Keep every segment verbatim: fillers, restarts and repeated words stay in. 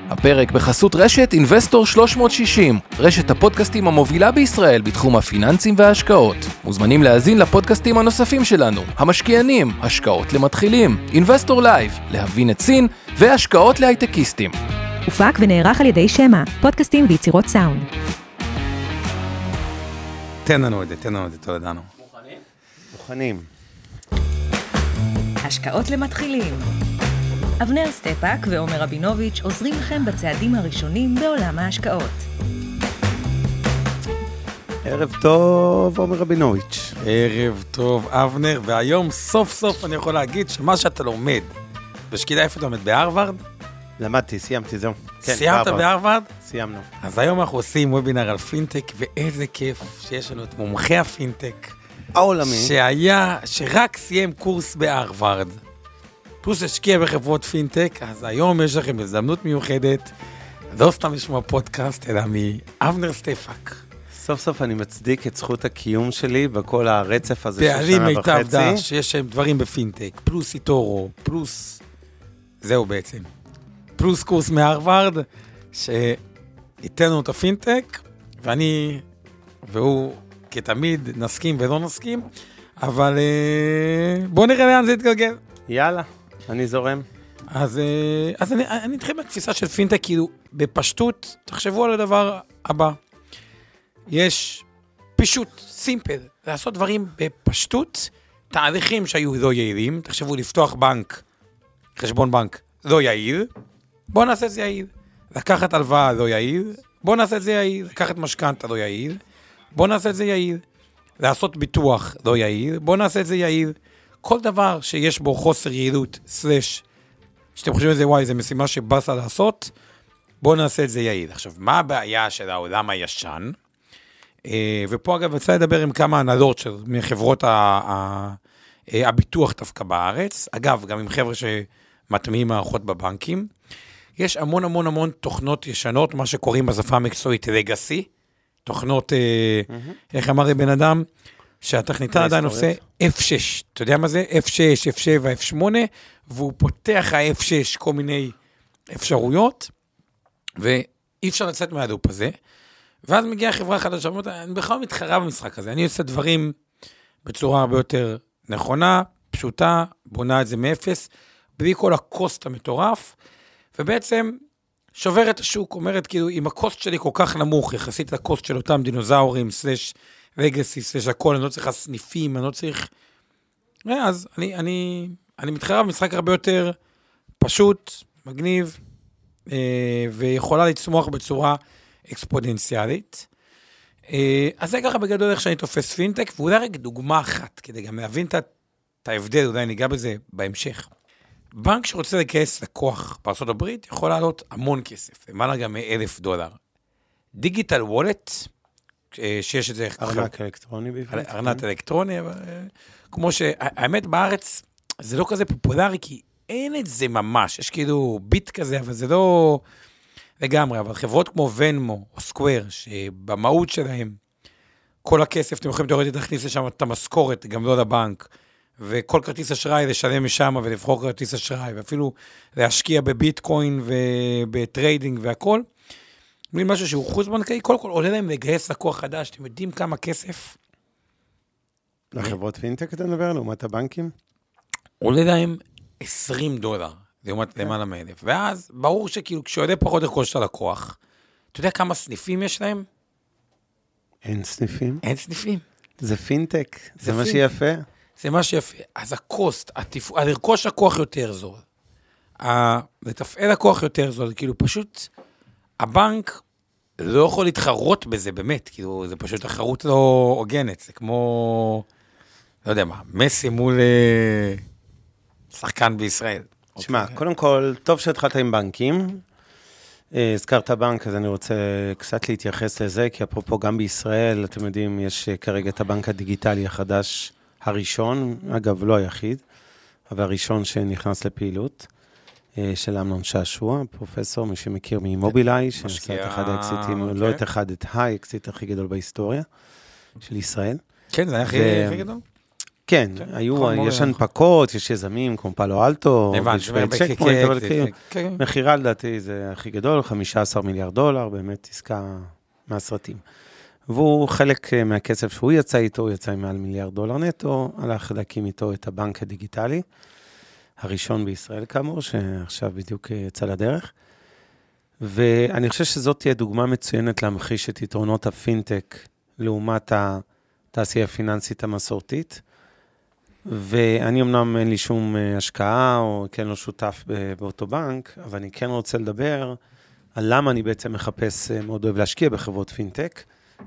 הפרק בחסות רשת Investor שלוש מאות שישים, רשת הפודקאסטים המובילה בישראל בתחום הפיננסים וההשקעות. מוזמנים להאזין לפודקאסטים הנוספים שלנו, המשקיענים, השקעות למתחילים, Investor Live, להבין את סין והשקעות להייטקיסטים. הופק ונערך על ידי שמה, פודקאסטים ויצירות סאונד. תן לנו את זה, תן לנו את זה, תודה לנו. מוכנים? מוכנים. השקעות למתחילים. אבנר סטפאק ועומר רבינוביץ' עוזרים לכם בצעדים הראשונים בעולם ההשקעות. ערב טוב, עומר רבינוביץ'. ערב טוב, אבנר, והיום סוף סוף אני יכול להגיד שמה שאתה לומד, בשקידה איפה אתה לומד? בהרווארד? למדתי, סיימתי, זהו. כן, סיימת בהרווארד? סיימנו. אז היום אנחנו עושים וובינר על פינטק, ואיזה כיף שיש לנו את מומחי הפינטק. העולמי. שהיה, שרק סיים קורס בהרווארד. פלוס השקיע בחברות פינטק, אז היום יש לכם הזדמנות מיוחדת, לא סתם לשמוע פודקאסט, אלא מאבנר סטפאק. סוף סוף אני מצדיק את זכות הקיום שלי בכל הרצף הזה של שנה וחצי. בעלים מיטב דש, שיש שם דברים בפינטק, פלוס איתורו, פלוס, זהו בעצם, פלוס קורס מהרווארד, שייתן לנו את הפינטק, ואני, והוא כתמיד נסכים ולא נסכים, אבל בואו נראה לאן זה יתגלגל. יאללה. אני זורם. אז, אז אני, אני אתחיל מהתפיסה של פינטק, כאילו, בפשטות, תחשבו על הדבר הבא. יש פשוט, סימפל, לעשות דברים בפשטות, תהליכים שהיו לא יעילים, תחשבו לפתוח בנק, חשבון בנק, לא יעיל, בואו נעשה את זה יעיל. לקחת הלוואה לא יעיל, בואו נעשה את זה יעיל. לקחת משכנתה לא יעיל, בואו נעשה את זה יעיל. לעשות ביטוח לא יעיל, בואו נעשה את זה יעיל. כל דבר שיש בו חוסר יעילות, סלש, שאתם חושבים על זה, וואי, זה משימה שבאסה לעשות, בואו נעשה את זה יעיל. עכשיו, מה הבעיה של העולם הישן? ופה אגב, יצא לדבר עם כמה הנהלות של מחברות הביטוח דווקא בארץ, אגב, גם עם חבר'ה שמטמיעים מערכות בבנקים, יש המון המון המון תוכנות ישנות, מה שקוראים בשפה המקצועית לגאסי, תוכנות, איך אמר לי בן אדם, שהטכניתן עדיין עושה אף שש, אתה יודע מה זה? אף שש, אף שבע, אף שמונה, והוא פותח ה-אף שש כל מיני אפשרויות, ואי אפשר לצאת מהלופ הזה, ואז מגיעה חברה חדשה, אני בכלל מתחרה במשחק הזה, אני עושה דברים בצורה הרבה יותר נכונה, פשוטה, בונה את זה מאפס, בלי כל הקוסט המטורף, ובעצם שובר את השוק, אומרת כאילו, אם הקוסט שלי כל כך נמוך, יחסית לקוסט של אותם דינוזאורים, סלש, רגסי, סלש הכל, אני לא צריך סניפים, אני לא צריך... אז אני, אני, אני מתחרה במשחק הרבה יותר פשוט, מגניב, אה, ויכולה לצמוח בצורה אקספוננציאלית. אה, אז זה ככה בגדול איך שאני תופס פינטק, ואולי רק דוגמה אחת, כדי גם להבין את ההבדל, אולי ניגע בזה בהמשך. בנק שרוצה לגייס לקוח בארצות הברית, יכול לעלות המון כסף, למעלה גם מאלף דולר. דיגיטל וולט, שיש את זה... ארנק אלקטרוני בפנים. ארנק אלקטרוני, כמו שהאמת בארץ, זה לא כזה פופולרי, כי אין את זה ממש, יש כאילו ביט כזה, אבל זה לא לגמרי, אבל חברות כמו ונמו או סקוואר, שבמהות שלהם, כל הכסף, אתם יכולים תיאורטית להכניס לשם את המשכורת, גם לא לבנק, וכל כרטיס אשראי לשלם משם ולבחור כרטיס אשראי, ואפילו להשקיע בביטקוין ובטריידינג והכל, אומרים משהו שהוא חוץ בנקאי, קודם כל עולה להם לגייס לקוח חדש, אתם יודעים כמה כסף? לחברות פינטק אתה מדבר, לעומת הבנקים? עולה להם עשרים דולר, לעומת למעלה מאלף, ואז ברור שכאילו כשעולה פחות לרכוש את הלקוח, אתה יודע כמה סניפים יש להם? אין סניפים. אין סניפים. זה פינטק, זה מה שיפה. זה מה שיפה. אז הקוסט, לרכוש לקוח יותר זול, לתפעל לקוח יותר זול, כאילו פשוט... הבנק לא יכול להתחרות בזה, באמת, כאילו, זה פשוט תחרות לא הוגנת, זה כמו, לא יודע מה, מסי מול שחקן בישראל. תשמע, קודם כל, טוב שהתחלת עם בנקים, הזכרת בנק, אז אני רוצה קצת להתייחס לזה, כי אפרופו גם בישראל, אתם יודעים, יש כרגע את הבנק הדיגיטלי החדש הראשון, אגב, לא היחיד, אבל הראשון שנכנס לפעילות, של אמנון שעשוע, פרופסור, מי שמכיר ממובילאיי, שעשה את אחד האקסיטים, לא את אחד, את האקסיט הכי גדול בהיסטוריה של ישראל. כן, זה היה הכי גדול? כן, היו, יש הנפקות, יש יזמים, כמו פאלו אלטו, צ'ק פוינט, אבל מחירה לדעתי זה הכי גדול, חמישה עשר מיליארד דולר, באמת עסקה מהסרטים. והוא חלק מהכסף שהוא יצא איתו, הוא יצא עם מעל מיליארד דולר נטו, הלך להקים איתו את הבנק הדיגיטלי, הראשון בישראל כאמור, שעכשיו בדיוק יצא לדרך. ואני חושב שזאת תהיה דוגמה מצוינת להמחיש את יתרונות הפינטק, לעומת התעשייה הפיננסית המסורתית. ואני אמנם אין לי שום השקעה, או כן לא שותף באותו בנק, אבל אני כן רוצה לדבר על למה אני בעצם מחפש, מאוד אוהב להשקיע בחברות פינטק,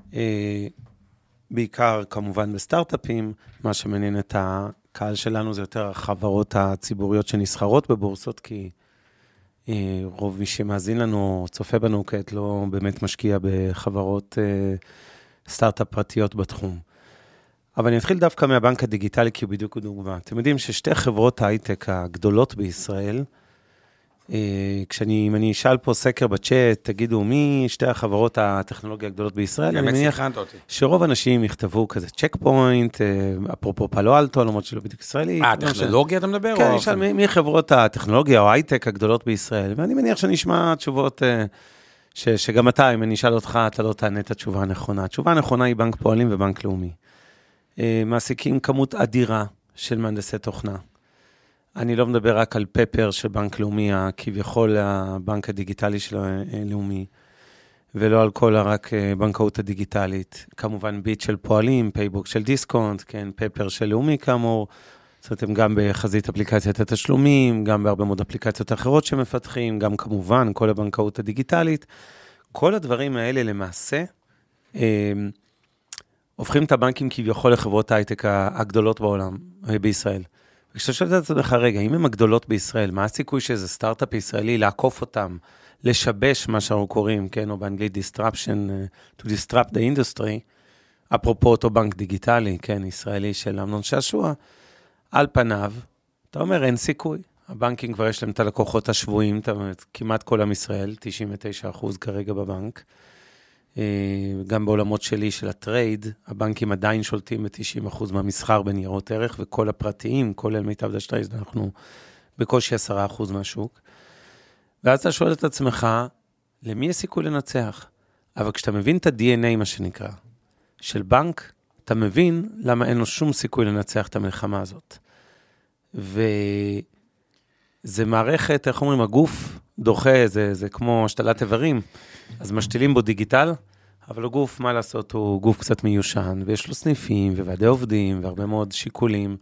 בעיקר כמובן בסטארט-אפים, מה שמעניין את הקהל שלנו זה יותר החברות הציבוריות שנסחרות בבורסות, כי רוב מי שמאזין לנו, צופה בנו כעת, לא באמת משקיע בחברות סטארט-אפ פרטיות בתחום. אבל אני אתחיל דווקא מהבנק הדיגיטלי, כי הוא בדיוק דוגמה. אתם יודעים ששתי חברות ההייטק הגדולות בישראל, כשאני, אם אני אשאל פה סקר בצ'אט, תגידו, מי שתי החברות הטכנולוגיה הגדולות בישראל? אני מניח שרוב אנשים יכתבו כזה צ'ק פוינט, אפרופו פאלו אלטו, למרות שלא בדיוק ישראלי. אה, טכנולוגיה אתה מדבר? כן, אני אשאל מי חברות הטכנולוגיה או ההייטק הגדולות בישראל, ואני מניח שאני אשמע תשובות שגם אתה, אם אני אשאל אותך, אתה לא תענה את התשובה הנכונה. התשובה הנכונה היא בנק פועלים ובנק לאומי. מעסיקים כמות אדירה של מהנדסי תוכנה. אני לא מדבר רק על פפר של בנק לאומי, כביכול הבנק הדיגיטלי של לאומי, ולא על כל רק בנקאות הדיגיטלית. כמובן ביט של פועלים, פייבוק של דיסקונט, כן, פפר של לאומי כאמור, זאת אומרת, הם גם בחזית אפליקציית התשלומים, גם בהרבה מאוד אפליקציות אחרות שמפתחים, גם כמובן כל הבנקאות הדיגיטלית. כל הדברים האלה למעשה, הופכים את הבנקים כביכול לחברות ההייטק הגדולות בעולם, בישראל. וכשאתה שואל את עצמך רגע, אם הם הגדולות בישראל, מה הסיכוי שאיזה סטארט-אפ ישראלי לעקוף אותם, לשבש מה שאנחנו קוראים, כן, או באנגלית disruption, to disrupt the industry, אפרופו אותו בנק דיגיטלי, כן, ישראלי של אמנון שעשוע, על פניו, אתה אומר, אין סיכוי. הבנקים כבר יש להם את הלקוחות השבועים, כמעט כל עם ישראל, תשעים ותשעה אחוז כרגע בבנק, גם בעולמות שלי של הטרייד, הבנקים עדיין שולטים ב-תשעים אחוז מהמסחר בניירות ערך, וכל הפרטיים, כולל מיטב דשטרייד, אנחנו בקושי עשרה אחוז מהשוק. ואז אתה שואל את עצמך, למי יש סיכוי לנצח? אבל כשאתה מבין את ה-די אן איי, מה שנקרא, של בנק, אתה מבין למה אין לו שום סיכוי לנצח את המלחמה הזאת. וזה מערכת, איך אומרים, הגוף דוחה, זה, זה כמו השתלת איברים, אז משתילים בו דיגיטל, אבל הגוף, מה לעשות, הוא גוף קצת מיושן, ויש לו סניפים, וועדי עובדים, והרבה מאוד שיקולים,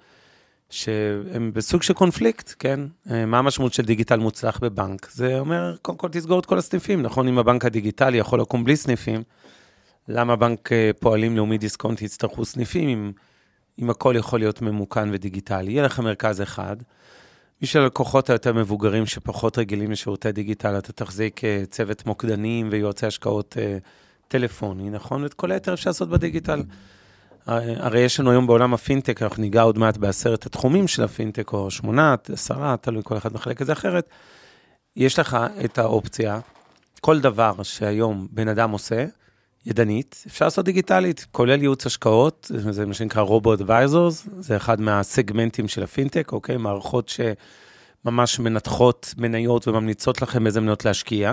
שהם בסוג של קונפליקט, כן? מה המשמעות של דיגיטל מוצלח בבנק? זה אומר, קודם כל תסגור את כל הסניפים, נכון? אם הבנק הדיגיטלי יכול לקום בלי סניפים, למה בנק פועלים לאומי דיסקונט יצטרכו סניפים, אם, אם הכל יכול להיות ממוכן ודיגיטלי? יהיה לך מרכז אחד, בשביל הלקוחות היותר מבוגרים שפחות רגילים לשירותי דיגיטל, אתה תחזיק צוות מוקדנים ויועצי השקעות טלפוני, נכון? ואת כל היתר אפשר לעשות בדיגיטל. הרי יש לנו היום בעולם הפינטק, אנחנו ניגע עוד מעט בעשרת התחומים של הפינטק, או שמונה, עשרה, תלוי כל אחד מחלק את זה אחרת. יש לך את האופציה, כל דבר שהיום בן אדם עושה, ידנית, אפשר לעשות דיגיטלית, כולל ייעוץ השקעות, זה מה שנקרא רובו-אדוויזורס, זה אחד מהסגמנטים של הפינטק, אוקיי? מערכות שממש מנתחות מניות וממליצות לכם איזה מניות להשקיע.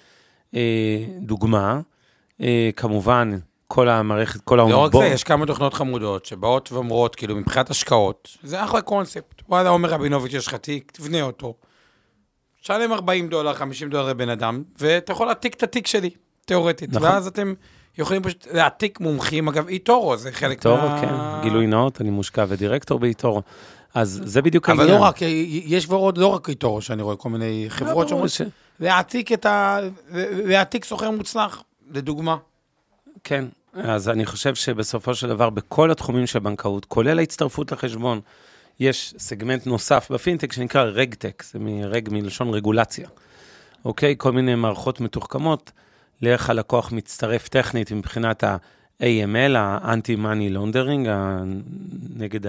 דוגמה, כמובן, כל המערכת, כל העומד בו. לא רק זה, יש כמה תוכנות חמודות שבאות ואומרות, כאילו, מבחינת השקעות, זה אחלה קונספט. וואלה, אומר רבינוביץ', יש לך תיק, תבנה אותו. שלם ארבעים דולר, חמישים דולר לבן אדם, ואתה יכול להעתיק את התיק שלי. תיאורטית, נכון. ואז אתם יכולים פשוט להעתיק מומחים, אגב, איתורו, זה חלק איתורו, מה... כן, גילוי נאות, אני מושקע ודירקטור באיתורו, אז זה בדיוק העניין. אבל לא רק, יש כבר עוד לא רק איתורו, שאני רואה כל מיני חברות שאומרות, ש... להעתיק את ה... להעתיק סוחר מוצלח, לדוגמה. כן, אז אני חושב שבסופו של דבר, בכל התחומים של הבנקאות, כולל ההצטרפות לחשבון, יש סגמנט נוסף בפינטק, שנקרא רגטק, זה מרג מלשון רגולציה. אוקיי, כל מיני מערכות מתוחכמות, לאיך הלקוח מצטרף טכנית מבחינת ה-איי אם אל, ה-Anti-Money Laundering, נגד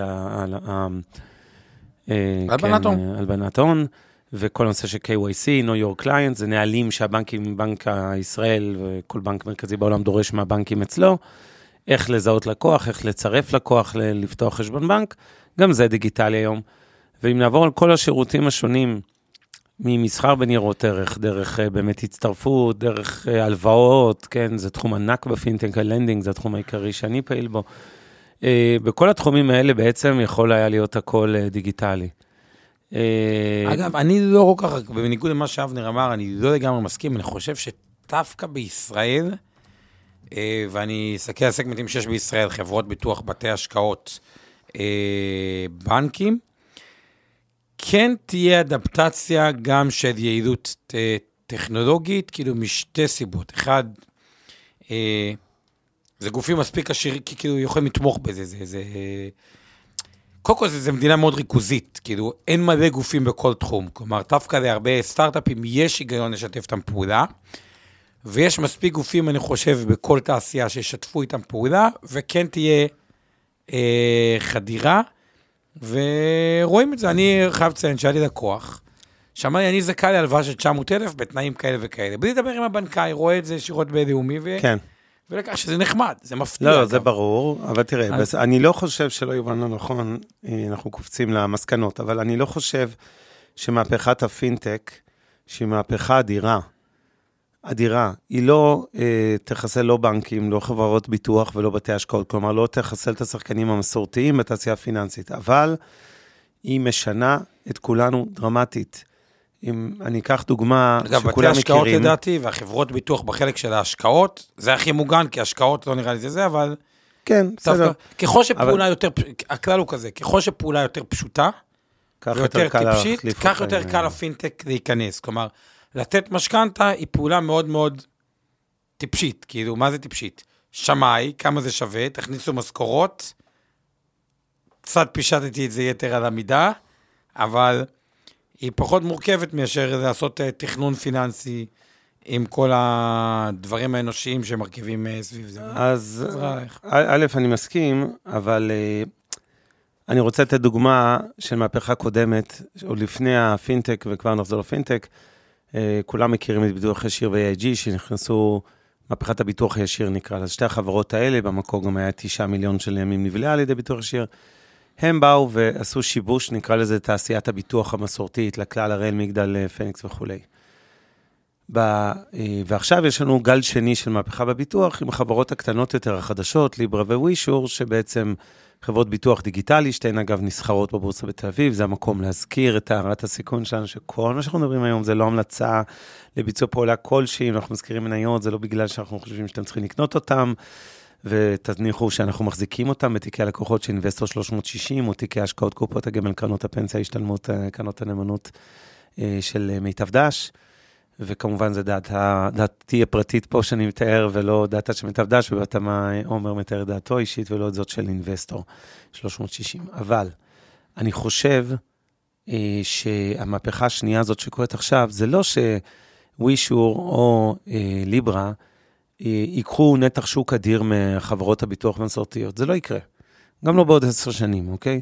הלבנת הון, וכל נושא של קיי וואי סי, Know Your Client, זה נהלים שהבנקים, בנק ישראל וכל בנק מרכזי בעולם דורש מהבנקים אצלו, איך לזהות לקוח, איך לצרף לקוח, לפתוח חשבון בנק, גם זה דיגיטלי היום. ואם נעבור על כל השירותים השונים, ממסחר בניירות ערך, דרך באמת הצטרפות, דרך הלוואות, כן, זה תחום ענק בפינטק, הלנדינג, זה התחום העיקרי שאני פעיל בו. בכל התחומים האלה בעצם יכול היה להיות הכל דיגיטלי. אגב, אני לא כל כך, בניגוד למה שאבנר אמר, אני לא לגמרי מסכים, אני חושב שדווקא בישראל, ואני אסתכל על סגמנטים שיש בישראל, חברות ביטוח, בתי השקעות, בנקים, כן תהיה אדפטציה גם של יעילות טכנולוגית, כאילו משתי סיבות. אחד, זה גופים מספיק עשירים, כי כאילו יכולים לתמוך בזה, זה, זה... קודם כל, זה מדינה מאוד ריכוזית, כאילו, אין מלא גופים בכל תחום, כלומר, דווקא להרבה סטארט-אפים יש היגיון לשתף איתם פעולה, ויש מספיק גופים, אני חושב, בכל תעשייה שישתפו איתם פעולה, וכן תהיה אה, חדירה, ורואים את זה, אני חייב לציין שהיה לי לקוח, שאמר לי, אני זכאי להלוואה של תשע מאות אלף בתנאים כאלה וכאלה, בלי לדבר עם הבנקאי, רואה את זה ישירות בלאומי, ו... כן. ולכך שזה נחמד, זה מפתיע. לא, זה ברור, אבל תראה, אני לא חושב שלא יובן לא נכון, אנחנו קופצים למסקנות, אבל אני לא חושב שמהפכת הפינטק, שהיא מהפכה אדירה, אדירה, היא לא תחסל לא בנקים, לא חברות ביטוח ולא בתי השקעות, כלומר לא תחסל את השחקנים המסורתיים בתעשייה הפיננסית, אבל היא משנה את כולנו דרמטית. אם אני אקח דוגמה שכולם מכירים... אגב, בתי השקעות לדעתי, והחברות ביטוח בחלק של ההשקעות, זה הכי מוגן, כי השקעות לא נראה לי זה זה, אבל... כן, בסדר. ככל שפעולה יותר, הכלל הוא כזה, ככל שפעולה יותר פשוטה, ויותר טיפשית, כך יותר קל לפינטק להיכנס. כלומר, לתת משכנתה היא פעולה מאוד מאוד טיפשית. כאילו, מה זה טיפשית? שמאי, כמה זה שווה, תכניסו משכורות, קצת פישטתי את זה יתר על המידה, אבל... היא פחות מורכבת מאשר לעשות תכנון פיננסי עם כל הדברים האנושיים שמרכיבים סביב זה. אז א', אני מסכים, אבל אני רוצה לתת דוגמה של מהפכה קודמת, או לפני הפינטק, וכבר נחזור לפינטק, כולם מכירים את ביטוח ישיר ו-איי איי ג'י, שנכנסו, מהפכת הביטוח הישיר נקרא, אז שתי החברות האלה, במקור גם היה תשעה מיליון של ימים נבלעה על ידי ביטוח ישיר, הם באו ועשו שיבוש, נקרא לזה תעשיית הביטוח המסורתית, לכלל הראל, מגדל, פניקס וכו'. ועכשיו יש לנו גל שני של מהפכה בביטוח, עם החברות הקטנות יותר החדשות, ליברה ווישור, שבעצם חברות ביטוח דיגיטלי, שתיהן אגב נסחרות בבורסה בתל אביב, זה המקום להזכיר את הערת הסיכון שלנו, שכל מה שאנחנו מדברים היום זה לא המלצה לביצוע פעולה כלשהי, אנחנו מזכירים מניות, זה לא בגלל שאנחנו חושבים שאתם צריכים לקנות אותם, ותניחו שאנחנו מחזיקים אותם בתיקי הלקוחות של אינבסטור שלוש מאות שישים, או תיקי השקעות קופות הגמל, קרנות הפנסיה, השתלמות, קרנות הנאמנות של מיטב דש, וכמובן זה דעתה, דעתי הפרטית פה שאני מתאר, ולא דעתה של מיטב דש, ובהתאמה עומר מתאר דעתו אישית, ולא זאת של אינבסטור שלוש מאות שישים. אבל אני חושב שהמהפכה השנייה הזאת שקורית עכשיו, זה לא שווישור או ליברה, ייקחו נתח שוק אדיר מחברות הביטוח המסורתיות. זה לא יקרה. גם לא בעוד עשר שנים, אוקיי?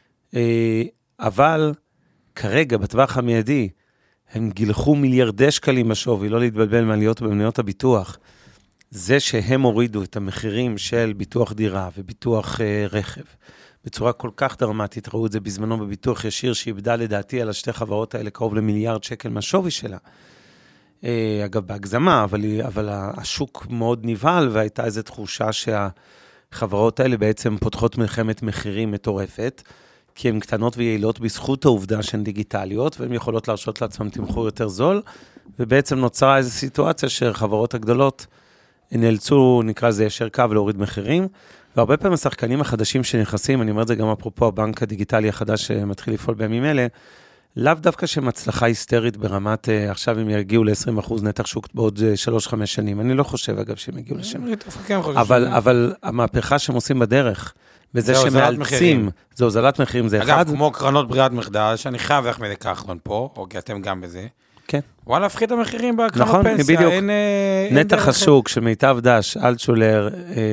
אבל כרגע, בטווח המיידי, הם גילחו מיליארדי שקלים בשווי, לא להתבלבל מעליות במניות הביטוח. זה שהם הורידו את המחירים של ביטוח דירה וביטוח רכב, בצורה כל כך דרמטית, ראו את זה בזמנו בביטוח ישיר, שאיבדה לדעתי על השתי חברות האלה קרוב למיליארד שקל מהשווי שלה. אגב, בהגזמה, אבל, אבל השוק מאוד נבהל, והייתה איזו תחושה שהחברות האלה בעצם פותחות מלחמת מחירים מטורפת, כי הן קטנות ויעילות בזכות העובדה שהן דיגיטליות, והן יכולות להרשות לעצמם תמחור יותר זול, ובעצם נוצרה איזו סיטואציה שהחברות הגדולות נאלצו, נקרא לזה ישר קו, להוריד מחירים, והרבה פעמים השחקנים החדשים שנכנסים, אני אומר את זה גם אפרופו הבנק הדיגיטלי החדש שמתחיל לפעול בימים אלה, לאו דווקא שמצלחה היסטרית ברמת, עכשיו הם יגיעו ל-עשרים אחוז נתח שוק בעוד שלוש חמש שנים. אני לא חושב, אגב, שהם יגיעו לשם. אבל, אבל המהפכה שהם עושים בדרך, בזה שמאלצים, זה הוזלת מחירים, זה אחד. אגב, כמו קרנות ברירת מחדל, שאני חייב איך מדי כחלון פה, או כי אתם גם בזה. כן. וואלה, הפחית את המחירים בקרנות פנסיה. נכון, בדיוק. נתח השוק של מיטב דש, אלטשולר,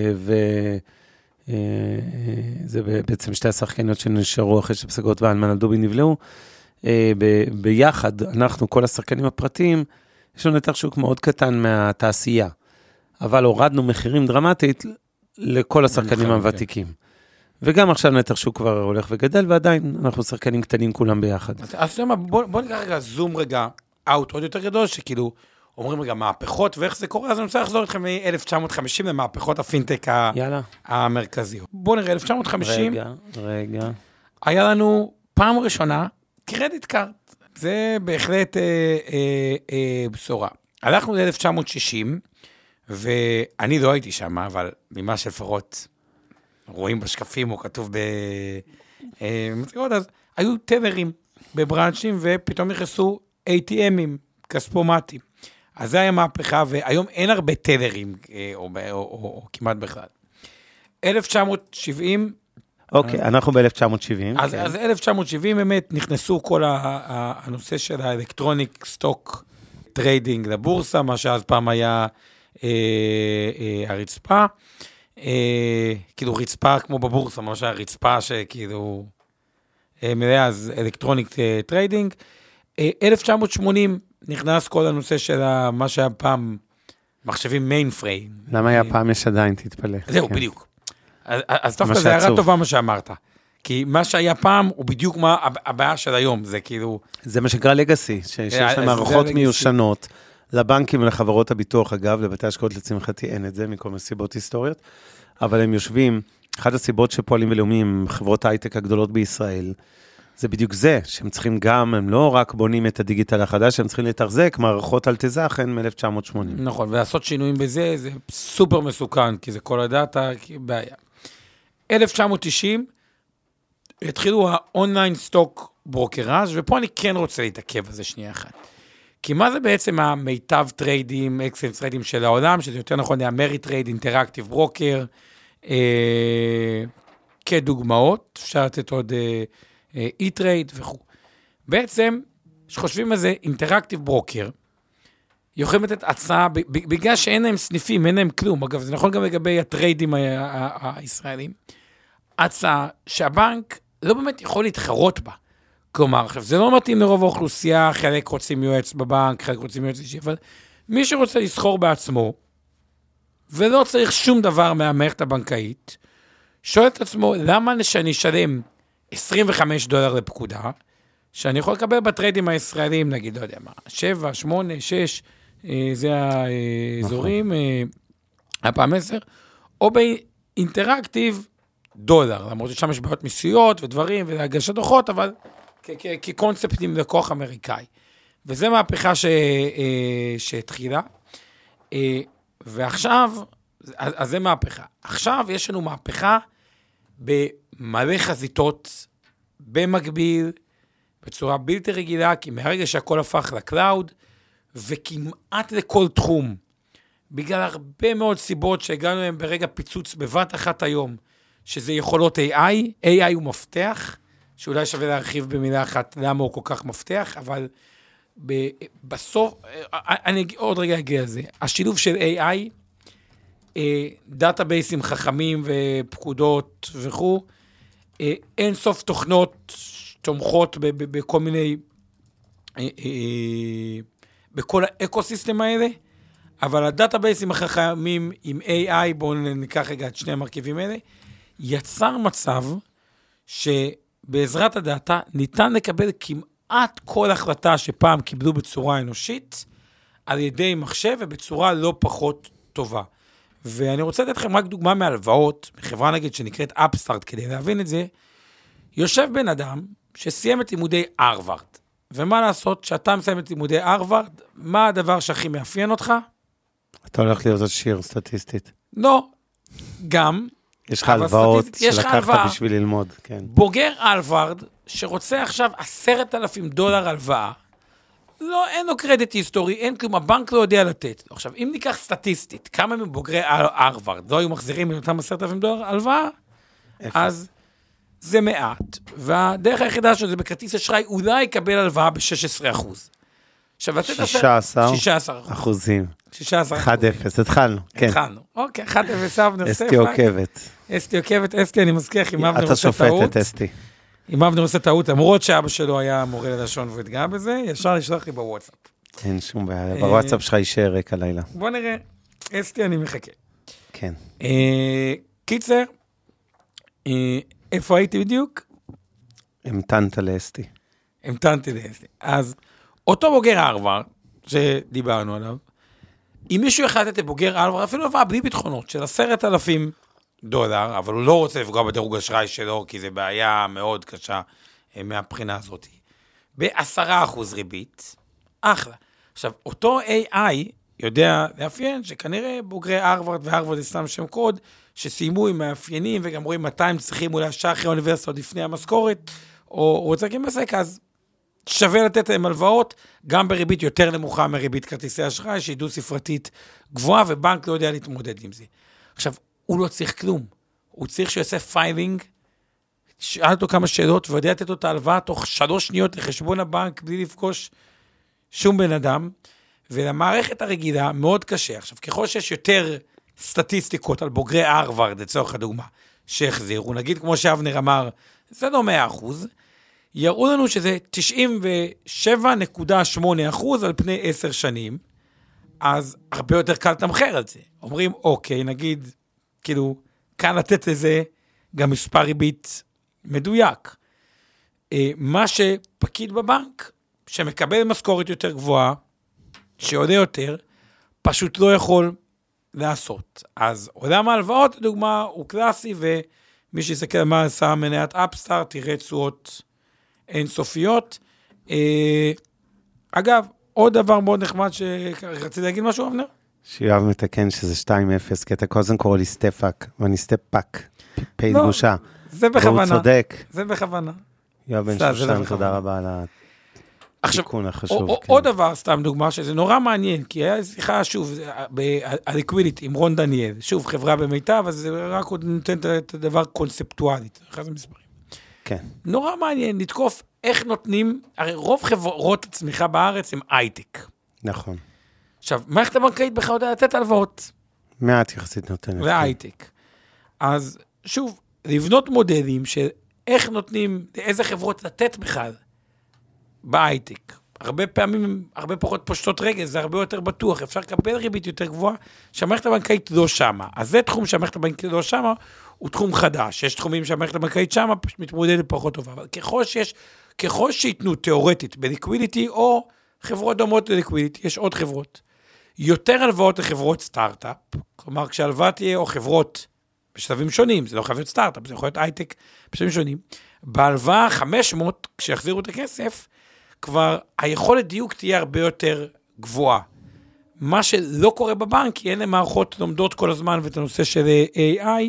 וזה בעצם שתי השחקניות שנשארו אחרי שפסגות ואלמן על דובי נבלעו, ביחד, אנחנו, כל השחקנים הפרטיים, יש לנו נתח שוק מאוד קטן מהתעשייה, אבל הורדנו מחירים דרמטית לכל השחקנים הוותיקים. וגם עכשיו נתח שוק כבר הולך וגדל, ועדיין אנחנו שחקנים קטנים כולם ביחד. אז בוא, בוא ניקח רגע זום רגע, אאוט עוד יותר גדול, שכאילו אומרים רגע מהפכות ואיך זה קורה, אז אני רוצה לחזור איתכם מ-אלף תשע מאות חמישים למהפכות הפינטק המרכזיות. בוא נראה, אלף תשע מאות חמישים, רגע, רגע. היה לנו פעם ראשונה קרדיט קארד. זה בהחלט אה, אה, אה, בשורה. הלכנו ל-אלף תשע מאות שישים, ואני לא הייתי שם, אבל ממה שלפחות רואים בשקפים, או כתוב במציאות, אז היו טלרים בברנצ'ים, ופתאום נכנסו איי טי אמים, כספומטים. אז זה היה מהפכה, והיום אין הרבה טלרים, או, או, או, או כמעט בכלל. אלף תשע מאות שבעים, אוקיי, אנחנו ב-אלף תשע מאות שבעים. אז, אז אלף תשע מאות שבעים באמת נכנסו כל הנושא של האלקטרוניק סטוק טריידינג לבורסה, מה שאז פעם היה אה, אה, הרצפה, אה, כאילו רצפה כמו בבורסה, מה שהיה רצפה שכאילו אה, מלאה, אז אלקטרוניק אה, טריידינג. אה, אלף תשע מאות שמונים נכנס כל הנושא של מה שהיה פעם מחשבים מיין פריים. למה היה פעם יש עדיין, תתפלא. זהו, בדיוק. אז, אז דווקא זה הערה טובה מה שאמרת. כי מה שהיה פעם הוא בדיוק מה הבעיה של היום, זה כאילו... זה מה שקרה לגאסי, שיש שם מערכות מיושנות, לבנקים ולחברות הביטוח, אגב, לבתי השקעות לצמחתי אין את זה, מכל מיני סיבות היסטוריות, אבל הם יושבים, אחת הסיבות שפועלים ולאומיים, חברות ההייטק הגדולות בישראל, זה בדיוק זה, שהם צריכים גם, הם לא רק בונים את הדיגיטל החדש, הם צריכים לתחזק מערכות על תזכן מ-אלף תשע מאות שמונים. נכון, ולעשות שינויים בזה, זה סופר מסוכן, כי זה כל הדאטה, בעיה. אלף תשע מאות תשעים, התחילו האונליין סטוק ברוקראז', ופה אני כן רוצה להתעכב על זה שנייה אחת. כי מה זה בעצם המיטב טריידים, אקסלנס טריידים של העולם, שזה יותר נכון, אמריטרייד, אינטראקטיב ברוקר, אה, כדוגמאות, אפשר לתת עוד אה, אי-טרייד וכו'. בעצם, שחושבים על זה, אינטראקטיב ברוקר, יכולים לתת הצעה, בגלל שאין להם סניפים, אין להם כלום, אגב, זה נכון גם לגבי הטריידים הישראלים, הצעה שהבנק לא באמת יכול להתחרות בה. כלומר, עכשיו, זה לא מתאים לרוב האוכלוסייה, חלק רוצים יועץ בבנק, חלק רוצים יועץ אישי, אבל מי שרוצה לסחור בעצמו, ולא צריך שום דבר מהמערכת הבנקאית, שואל את עצמו, למה שאני אשלם עשרים וחמישה דולר לפקודה, שאני יכול לקבל בטריידים הישראלים, נגיד, לא יודע מה, שבע, שמונה, שש, זה האזורים, הפעם עשר, או באינטראקטיב דולר, למרות ששם יש בעיות מיסויות ודברים, והגשת דוחות, אבל כקונספטים לקוח אמריקאי. וזה מהפכה שהתחילה, ועכשיו, אז זה מהפכה. עכשיו יש לנו מהפכה במלא חזיתות, במקביל, בצורה בלתי רגילה, כי מהרגע שהכל הפך לקלאוד, וכמעט לכל תחום, בגלל הרבה מאוד סיבות שהגענו להם ברגע פיצוץ בבת אחת היום, שזה יכולות איי איי, איי איי הוא מפתח, שאולי שווה להרחיב במילה אחת למה הוא כל כך מפתח, אבל בסוף, אני עוד רגע אגיע על זה, השילוב של איי איי, דאטאבייסים חכמים ופקודות וכו', אין סוף תוכנות תומכות בכל מיני, בכל האקוסיסטם האלה, אבל הדאטאבייסים החכמים עם איי איי, בואו ניקח רגע את שני המרכיבים האלה, יצר מצב שבעזרת הדאטה ניתן לקבל כמעט כל החלטה שפעם קיבלו בצורה אנושית, על ידי מחשב ובצורה לא פחות טובה. ואני רוצה לתת לכם רק דוגמה מהלוואות, מחברה נגיד שנקראת אפסטארט, כדי להבין את זה, יושב בן אדם שסיים את לימודי הרווארד, ומה לעשות, שאתה מסיים את לימודי הרווארד, מה הדבר שהכי מאפיין אותך? אתה הולך להיות שיר סטטיסטית. לא, גם. יש לך הלוואות שלקחת בשביל ללמוד, כן. בוגר הרווארד, שרוצה עכשיו עשרת אלפים דולר הלוואה, לא, אין לו קרדיט היסטורי, אין כלום, הבנק לא יודע לתת. עכשיו, אם ניקח סטטיסטית, כמה מבוגרי הרווארד לא היו מחזירים מאותם עשרת אלפים דולר הלוואה, אז זה מעט. והדרך היחידה שלו זה בכרטיס אשראי, אולי יקבל הלוואה ב-שש עשרה אחוז. שישה עשר אחוזים. אחד אפס, התחלנו, כן. התחלנו, אוקיי, אחד אפס אבנר סטפק. אסתי עוקבת. אסתי עוקבת, אסתי, אני מזכיח, אם אבנר עושה טעות. אתה שופט את אסתי. אם אבנר עושה טעות, למרות שאבא שלו היה מורה ללשון והוא התגאה בזה, ישר לשלוח לי בוואטסאפ. אין שום בעיה, בוואטסאפ שלך יישאר ריק הלילה. בוא נראה, אסתי, אני מחכה. כן. קיצר, איפה הייתי בדיוק? המתנת לאסתי. המתנתי לאסתי. אז אותו בוגר הרווארד, שדיברנו עליו, אם מישהו אחד את בוגר הרווארד, אפילו לבוא בלי ביטחונות, של עשרת אלפים דולר, אבל הוא לא רוצה לפגוע בדירוג אשראי שלו, כי זו בעיה מאוד קשה מהבחינה הזאת. בעשרה אחוז ריבית, אחלה. עכשיו, אותו איי איי יודע לאפיין שכנראה בוגרי הרווארד והרווארד אסלאם שם קוד, שסיימו עם מאפיינים וגם רואים מתי הם צריכים אולי השעה אחרי האוניברסיטה עוד לפני המשכורת, או רוצה כמסק, אז שווה לתת להם הלוואות, גם בריבית יותר נמוכה מריבית כרטיסי אשראי, שהיא דו ספרתית גבוהה, ובנק לא יודע להתמודד עם זה. עכשיו, הוא לא צריך כלום. הוא צריך שיעשה פיילינג, שאל אותו כמה שאלות, ויודע לתת אותה הלוואה תוך שלוש שניות לחשבון הבנק, בלי לפגוש שום בן אדם, ולמערכת הרגילה מאוד קשה. עכשיו, ככל שיש יותר סטטיסטיקות על בוגרי הרווארד, לצורך הדוגמה, שהחזירו, נגיד כמו שאבנר אמר, זה לא מאה אחוז, יראו לנו שזה תשעים ושבע נקודה שמונה אחוז על פני עשר שנים, אז הרבה יותר קל תמחר על זה. אומרים, אוקיי, נגיד, כאילו, כאן לתת לזה גם מספר ריבית מדויק. מה שפקיד בבנק, שמקבל משכורת יותר גבוהה, שעולה יותר, פשוט לא יכול לעשות. אז עולם ההלוואות, לדוגמה, הוא קלאסי, ומי שיסתכל מה עשה מניית אפסטארט, תראה תשואות אינסופיות. אגב, עוד דבר מאוד נחמד שרציתי להגיד משהו, אבנר? שיואב מתקן שזה שתיים אפס, כי אתה כל הזמן קורא לי סטפאק, ואני סטפאק, פי דגושה. זה בכוונה. והוא צודק. זה בכוונה. יואב בן שושן, תודה רבה על התיקון החשוב. עוד דבר, סתם דוגמה, שזה נורא מעניין, כי היה שיחה, שוב, הליקווידיטי עם רון דניאל, שוב, חברה במיטב, אז זה רק עוד נותן את הדבר קונספטואלית, אחרי זה מספרים. כן. נורא מעניין, לתקוף איך נותנים, הרי רוב חברות הצמיחה בארץ הם הייטק. נכון. עכשיו, מערכת הבנקאית בכלל יודע לתת הלוואות. מעט יחסית נותנת. והייטק. אז שוב, לבנות מודלים של איך נותנים, איזה חברות לתת בכלל בהייטק. הרבה פעמים, הרבה פחות פושטות רגל, זה הרבה יותר בטוח, אפשר לקבל ריבית יותר גבוהה, שהמערכת הבנקאית לא שמה. אז זה תחום שהמערכת הבנקאית לא שמה, הוא תחום חדש. יש תחומים שהמערכת הבנקאית שמה, פשוט מתמודדת פחות טובה. אבל ככל שיש, ככל שיתנו תיאורטית בליקווידיטי, או חברות דומות לליקווידיטי, יש עוד חברות. יותר הלוואות לחברות סטארט-אפ, כלומר, כשהלוואה תהיה, או חברות בשלבים שונים, זה לא חייב להיות סטארט-אפ, זה יכול להיות הייטק בשלבים שונים. בהלוואה חמש מאות, כשיחזירו את הכסף, כבר היכולת דיוק תהיה הרבה יותר גבוהה. מה שלא קורה בבנק, כי אין להם מערכות לומדות כל הזמן, ואת הנושא של איי איי,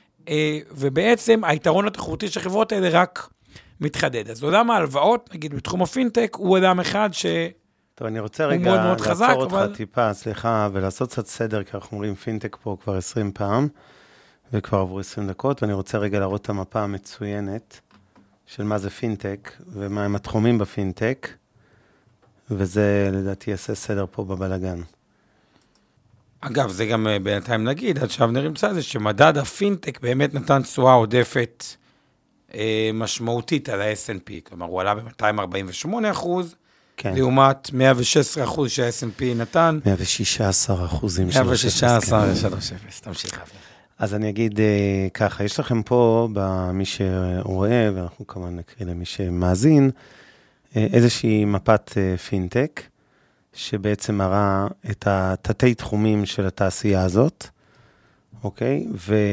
ובעצם היתרון התחרותי של החברות האלה רק מתחדד. אז עולם ההלוואות, נגיד בתחום הפינטק, הוא עולם אחד ש... טוב, אני רוצה רגע לעצור אותך טיפה, סליחה, ולעשות קצת סדר, כי אנחנו אומרים פינטק פה כבר עשרים פעם, וכבר עברו עשרים דקות, ואני רוצה רגע להראות את המפה המצוינת של מה זה פינטק, ומה הם התחומים בפינטק, וזה לדעתי יעשה סדר פה בבלגן. אגב, זה גם בינתיים נגיד, עד שאבנר ימצא זה שמדד הפינטק באמת נתן תשואה עודפת אה, משמעותית על ה-אס אנד פי, כלומר הוא עלה ב-מאתיים ארבעים ושמונה אחוז, כן. לעומת מאה ושש עשרה אחוז שה-אס אנד פי נתן. מאה ושישה עשר אחוזים מאה ושישה עשר שלוש אפס, תמשיך אבנר. אז אני אגיד אה, ככה, יש לכם פה, במי שרואה, ואנחנו כמובן נקריא למי שמאזין, אה, איזושהי מפת אה, פינטק, שבעצם מראה את התתי תחומים של התעשייה הזאת, אוקיי?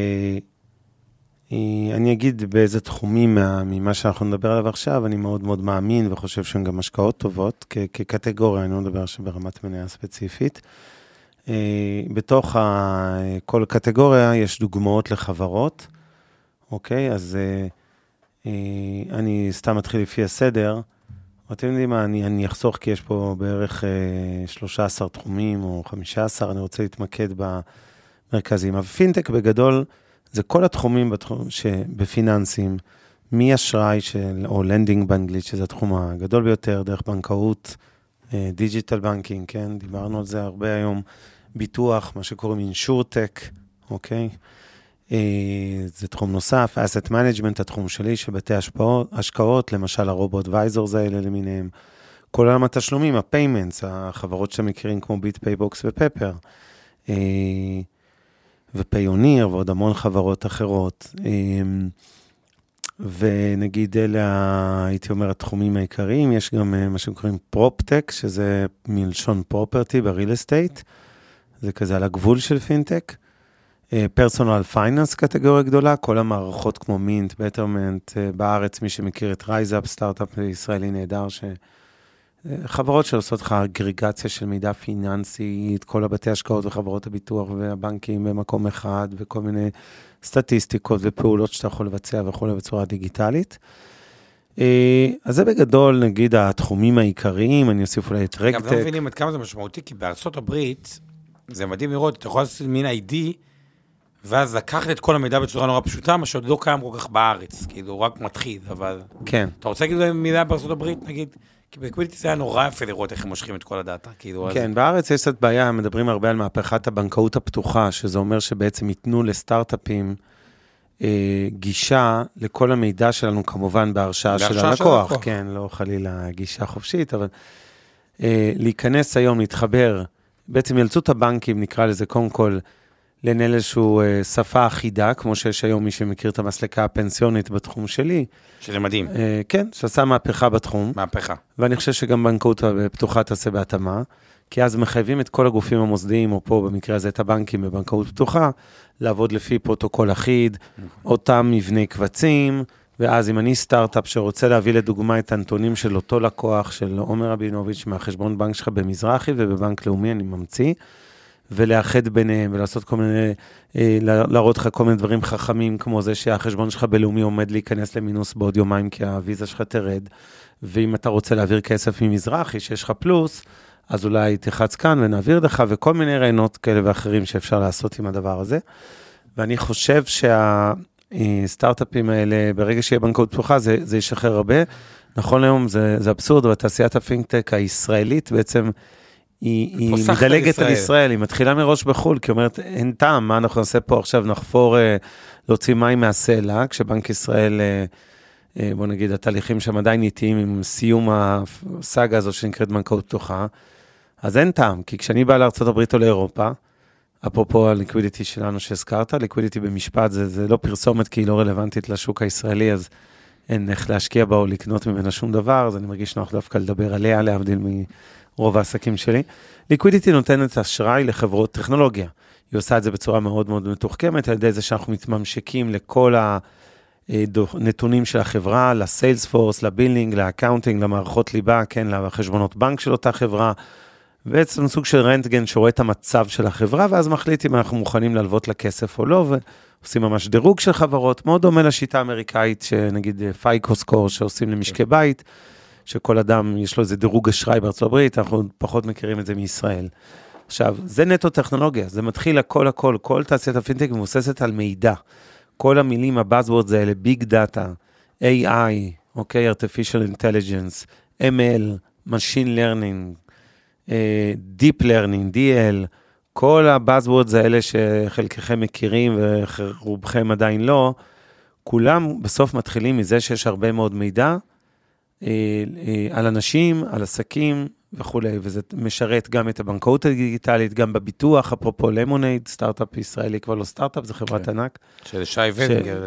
ואני אגיד באיזה תחומים ממה שאנחנו נדבר עליו עכשיו, אני מאוד מאוד מאמין וחושב שהן גם השקעות טובות, כ- כקטגוריה, אני לא מדבר שברמת מניה ספציפית. בתוך כל קטגוריה יש דוגמאות לחברות, אוקיי? אז אני סתם מתחיל לפי הסדר, אתם יודעים מה, אני, אני אחסוך כי יש פה בערך שלושה עשר תחומים או חמישה עשר, אני רוצה להתמקד במרכזים. אבל פינטק בגדול זה כל התחומים בתחום, שבפיננסים, מאשראי של, או לנדינג באנגלית, שזה התחום הגדול ביותר, דרך בנקאות, דיג'יטל בנקינג, כן? דיברנו על זה הרבה היום, ביטוח, מה שקוראים אינשורטק, אוקיי? זה תחום נוסף, asset management, התחום שלי, שבתי השקעות, למשל הרובוט וייזורס האלה למיניהם, כל עולם התשלומים, הפיימנטס, החברות שאתם מכירים כמו ביט, פייבוקס ופפר. ופיוניר, ועוד המון חברות אחרות. ונגיד אלה, הייתי אומר, התחומים העיקריים, יש גם מה שקוראים פרופטק, שזה מלשון פרופרטי בריל אסטייט, זה כזה על הגבול של פינטק. פרסונל פייננס קטגוריה גדולה, כל המערכות כמו מינט, בטרמנט, בארץ, מי שמכיר את רייזאפ, סטארט-אפ ישראלי נהדר, שחברות שעושות לך אגריגציה של מידע פיננסי, את כל הבתי השקעות וחברות הביטוח והבנקים במקום אחד, וכל מיני סטטיסטיקות ופעולות שאתה יכול לבצע וכו' בצורה דיגיטלית. אז זה בגדול, נגיד, התחומים העיקריים, אני אוסיף אולי את רגטק. גם לא מבינים עד כמה זה משמעותי, כי בארצות הברית, זה מדהים לראות, אתה יכול לעשות מין איי די, ואז לקחת את כל המידע בצורה נורא פשוטה, מה שעוד לא קיים כל כך בארץ, כאילו, רק מתחיל, אבל... כן. אתה רוצה להגיד מידע בארצות הברית, נגיד? כי בקווידיטי זה היה נורא יפה לראות איך הם מושכים את כל הדאטה, כאילו... כן, אז... בארץ יש קצת בעיה, מדברים הרבה על מהפכת הבנקאות הפתוחה, שזה אומר שבעצם ייתנו לסטארט-אפים אה, גישה לכל המידע שלנו, כמובן בהרשאה של הלקוח. של כן, לא חלילה גישה חופשית, אבל אה, להיכנס היום, להתחבר, בעצם ילצו את הבנקים, נקרא לזה קודם כל, לנהל איזשהו אה, שפה אחידה, כמו שיש היום מי שמכיר את המסלקה הפנסיונית בתחום שלי. שזה מדהים. אה, כן, שעשה מהפכה בתחום. מהפכה. ואני חושב שגם בנקאות פתוחה תעשה בהתאמה, כי אז מחייבים את כל הגופים המוסדיים, או פה במקרה הזה את הבנקים בבנקאות פתוחה, לעבוד לפי פרוטוקול אחיד, אותם מבני קבצים, ואז אם אני סטארט-אפ שרוצה להביא לדוגמה את הנתונים של אותו לקוח, של עומר רבינוביץ' מהחשבון בנק שלך במזרחי ובבנק לאומי, אני ממציא, ולאחד ביניהם, ולעשות כל מיני, להראות לך כל מיני דברים חכמים, כמו זה שהחשבון שלך בלאומי עומד להיכנס למינוס בעוד יומיים, כי הוויזה שלך תרד, ואם אתה רוצה להעביר כסף ממזרחי, שיש לך פלוס, אז אולי תחץ כאן ונעביר לך, וכל מיני רעיונות כאלה ואחרים שאפשר לעשות עם הדבר הזה. ואני חושב שהסטארט-אפים האלה, ברגע שיהיה בנקאות פתוחה, זה, זה ישחרר הרבה. נכון היום, זה, זה אבסורד, בתעשיית הפינטק הישראלית בעצם, היא, היא מדלגת על ישראל, היא מתחילה מראש בחול, כי אומרת, אין טעם, מה אנחנו נעשה פה עכשיו, נחפור, להוציא מים מהסלע, כשבנק ישראל, בוא נגיד, התהליכים שם עדיין איטיים, עם סיום הסאגה הזו שנקראת בנקאות פתוחה, אז אין טעם, כי כשאני בא לארצות הברית או לאירופה, אפרופו הליקווידיטי שלנו שהזכרת, ליקווידיטי במשפט, זה, זה לא פרסומת, כי היא לא רלוונטית לשוק הישראלי, אז אין איך להשקיע בה או לקנות ממנה שום דבר, אז אני מרגיש נוח דווקא לדבר עליה, להבדיל מרוב העסקים שלי. ליקווידיטי נותנת אשראי לחברות טכנולוגיה. היא עושה את זה בצורה מאוד מאוד מתוחכמת, על ידי זה שאנחנו מתממשקים לכל הנתונים של החברה, לסיילספורס, לבילינג, לאקאונטינג, למערכות ליבה, כן, לחשבונות בנק של אותה חברה, בעצם סוג של רנטגן שרואה את המצב של החברה, ואז מחליט אם אנחנו מוכנים ללוות לכסף או לא, ועושים ממש דירוג של חברות, מאוד דומה לשיטה האמריקאית, שנגיד פייקו סקור, שעושים למשקי בית, שכל אדם יש לו איזה דירוג אשראי בארצות הברית, אנחנו פחות מכירים את זה מישראל. עכשיו, זה נטו טכנולוגיה, זה מתחיל הכל הכל, כל תעשיית הפינטק מבוססת על מידע. כל המילים, הבאזוורדס האלה, ביג דאטה, איי איי, אוקיי, artificial intelligence, אם אל, machine learning, Deep Learning, די אל, כל הבאזוורדס האלה שחלקכם מכירים ורובכם עדיין לא, כולם בסוף מתחילים מזה שיש הרבה מאוד מידע על אנשים, על עסקים וכו', וזה משרת גם את הבנקאות הדיגיטלית, גם בביטוח, אפרופו למונייד, סטארט-אפ ישראלי, כבר לא סטארט-אפ, זה חברת ענק. של שי ויינינגר,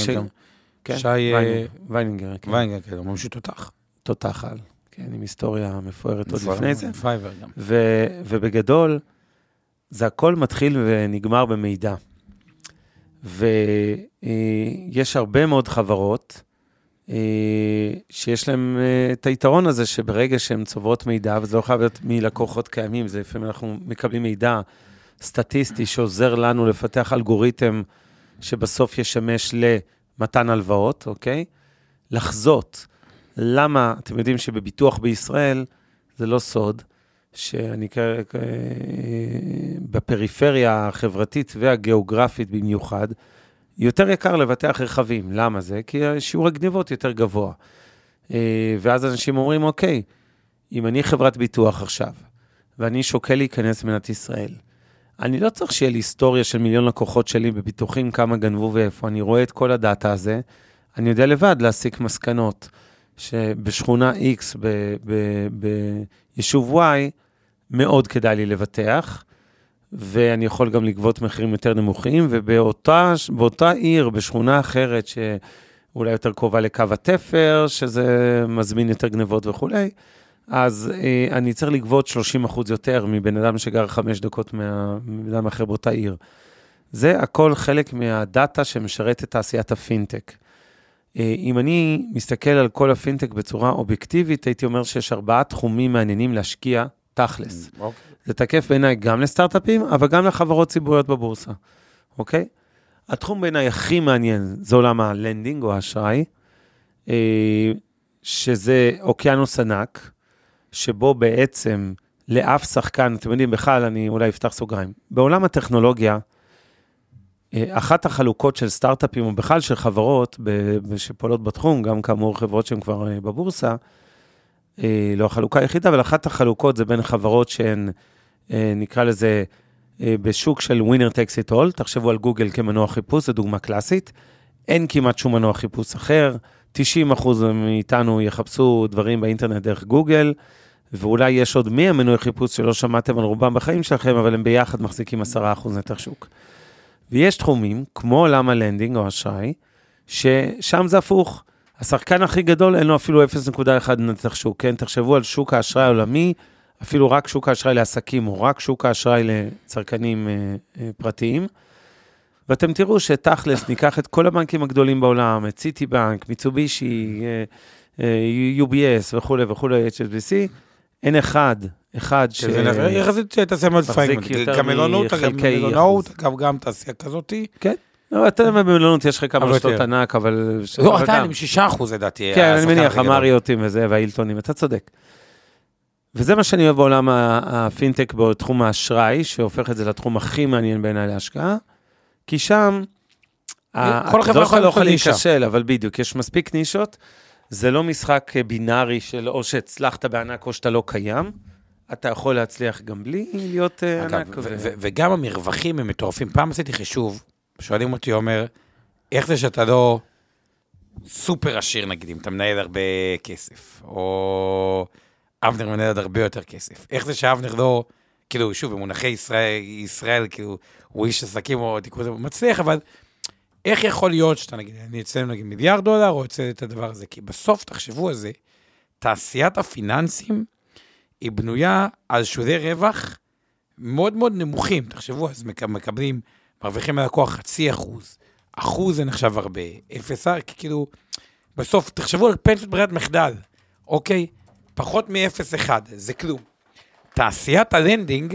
שי ויינינגר, ויינינגר, כן, ממש תותח. תותח על. כן, עם היסטוריה מפוארת עוד לפני זה. פייבר גם. ובגדול, זה הכל מתחיל ונגמר במידע. ויש הרבה מאוד חברות שיש להם את היתרון הזה, שברגע שהן צוברות מידע, וזה לא חייב להיות מלקוחות קיימים, זה לפעמים אנחנו מקבלים מידע סטטיסטי שעוזר לנו לפתח אלגוריתם שבסוף ישמש למתן הלוואות, אוקיי? לחזות. למה, אתם יודעים שבביטוח בישראל, זה לא סוד, שאני בפריפריה החברתית והגיאוגרפית במיוחד, יותר יקר לבטח רכבים. למה זה? כי שיעור הגניבות יותר גבוה. ואז אנשים אומרים, אוקיי, אם אני חברת ביטוח עכשיו, ואני שוקל להיכנס למדינת ישראל, אני לא צריך שיהיה לי היסטוריה של מיליון לקוחות שלי בביטוחים, כמה גנבו ואיפה, אני רואה את כל הדאטה הזה, אני יודע לבד להסיק מסקנות, שבשכונה X, ביישוב Y, מאוד כדאי לי לבטח, ואני יכול גם לגבות מחירים יותר נמוכים, ובאותה באותה עיר, בשכונה אחרת, שאולי יותר קרובה לקו התפר, שזה מזמין יותר גנבות וכולי, אז אה, אני צריך לגבות שלושים אחוז יותר מבן אדם שגר חמש דקות מבן אדם אחר באותה עיר. זה הכל חלק מהדאטה שמשרת את תעשיית הפינטק. אה, אם אני מסתכל על כל הפינטק בצורה אובייקטיבית, הייתי אומר שיש ארבעה תחומים מעניינים להשקיע תכלס. Okay. זה תקף בעיניי גם לסטארט-אפים, אבל גם לחברות ציבוריות בבורסה. אוקיי? Okay? התחום בעיניי הכי מעניין, זה עולם הלנדינג או האשראי, אה, שזה אוקיינוס ענק, שבו בעצם לאף שחקן, אתם יודעים, בכלל אני אולי אפתח סוגריים, בעולם הטכנולוגיה, אחת החלוקות של סטארט-אפים, או בכלל של חברות שפועלות בתחום, גם כאמור חברות שהן כבר בבורסה, לא החלוקה היחידה, אבל אחת החלוקות זה בין חברות שהן, נקרא לזה, בשוק של ווינר טקס איט אול, תחשבו על גוגל כמנוע חיפוש, זו דוגמה קלאסית, אין כמעט שום מנוע חיפוש אחר, תשעים אחוז מאיתנו יחפשו דברים באינטרנט דרך גוגל, ואולי יש עוד מאה מנועי חיפוש שלא שמעתם על רובם בחיים שלכם, אבל הם ביחד מחזיקים עשרה אחוז נתח שוק. ויש תחומים, כמו עולם הלנדינג או אשראי, ששם זה הפוך. השחקן הכי גדול אין לו אפילו אפס נקודה אחת נתח שוק, כן? תחשבו על שוק האשראי העולמי, אפילו רק שוק האשראי לעסקים, או רק שוק האשראי לצרכנים אה, אה, פרטיים, ואתם תראו שתכלס ניקח את כל הבנקים הגדולים בעולם, את סיטי בנק, מיצובישי, יו בי אס וכו' וכו', אייץ' אס בי סי, אין אחד, אחד ש... יחסית תעשייה מאוד פרגמנט, גם מלונות, אגב גם תעשייה כזאת. כן, אתה יודע, במלונות יש לך כמה רשתות ענק, אבל... לא, עדיין עם שישה אחוז לדעתי. כן, אני מניח, המריוטים וזה, והאילטונים, אתה צודק. וזה מה שאני אוהב בעולם הפינטק, בתחום האשראי, שהופך את זה לתחום הכי מעניין בעיניי להשקעה, כי שם, כל החברה יכולה לא יכול להיכשל, אבל בדיוק, יש מספיק נישות, זה לא משחק בינארי של או שהצלחת בענק או שאתה לא קיים, אתה יכול להצליח גם בלי להיות ענק. וגם המרווחים הם מטורפים. פעם עשיתי חישוב, שואלים אותי, אומר, איך זה שאתה לא סופר עשיר, נגיד, אם אתה מנהל הרבה כסף, או אבנר מנהל הרבה יותר כסף. איך זה שאבנר לא, כאילו, שוב, במונחי ישראל, ישראל, כאילו, הוא איש עסקים או תיקון, הוא מצליח, אבל איך יכול להיות שאתה, נגיד, אני אצלם, נגיד, מיליארד דולר, או אצל את הדבר הזה? כי בסוף, תחשבו על זה, תעשיית הפיננסים היא בנויה על שודי רווח מאוד מאוד נמוכים. תחשבו, אז מקבלים, מרוויחים מהלקוח חצי אחוז, אחוז זה נחשב הרבה, אפס, כי כאילו, בסוף, תחשבו על פנסיות ברירת מחדל, אוקיי? פחות מ-אפס אחד, זה כלום. תעשיית הלנדינג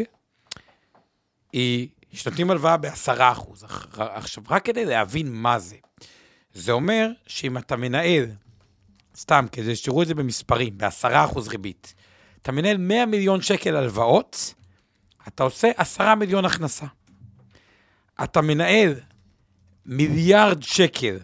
היא שנותנים הלוואה בעשרה אחוז. עכשיו, רק כדי להבין מה זה. זה אומר שאם אתה מנהל, סתם, כדי שתראו את זה במספרים, בעשרה אחוז ריבית, אתה מנהל מאה מיליון שקל הלוואות, אתה עושה עשרה מיליון הכנסה. אתה מנהל מיליארד שקל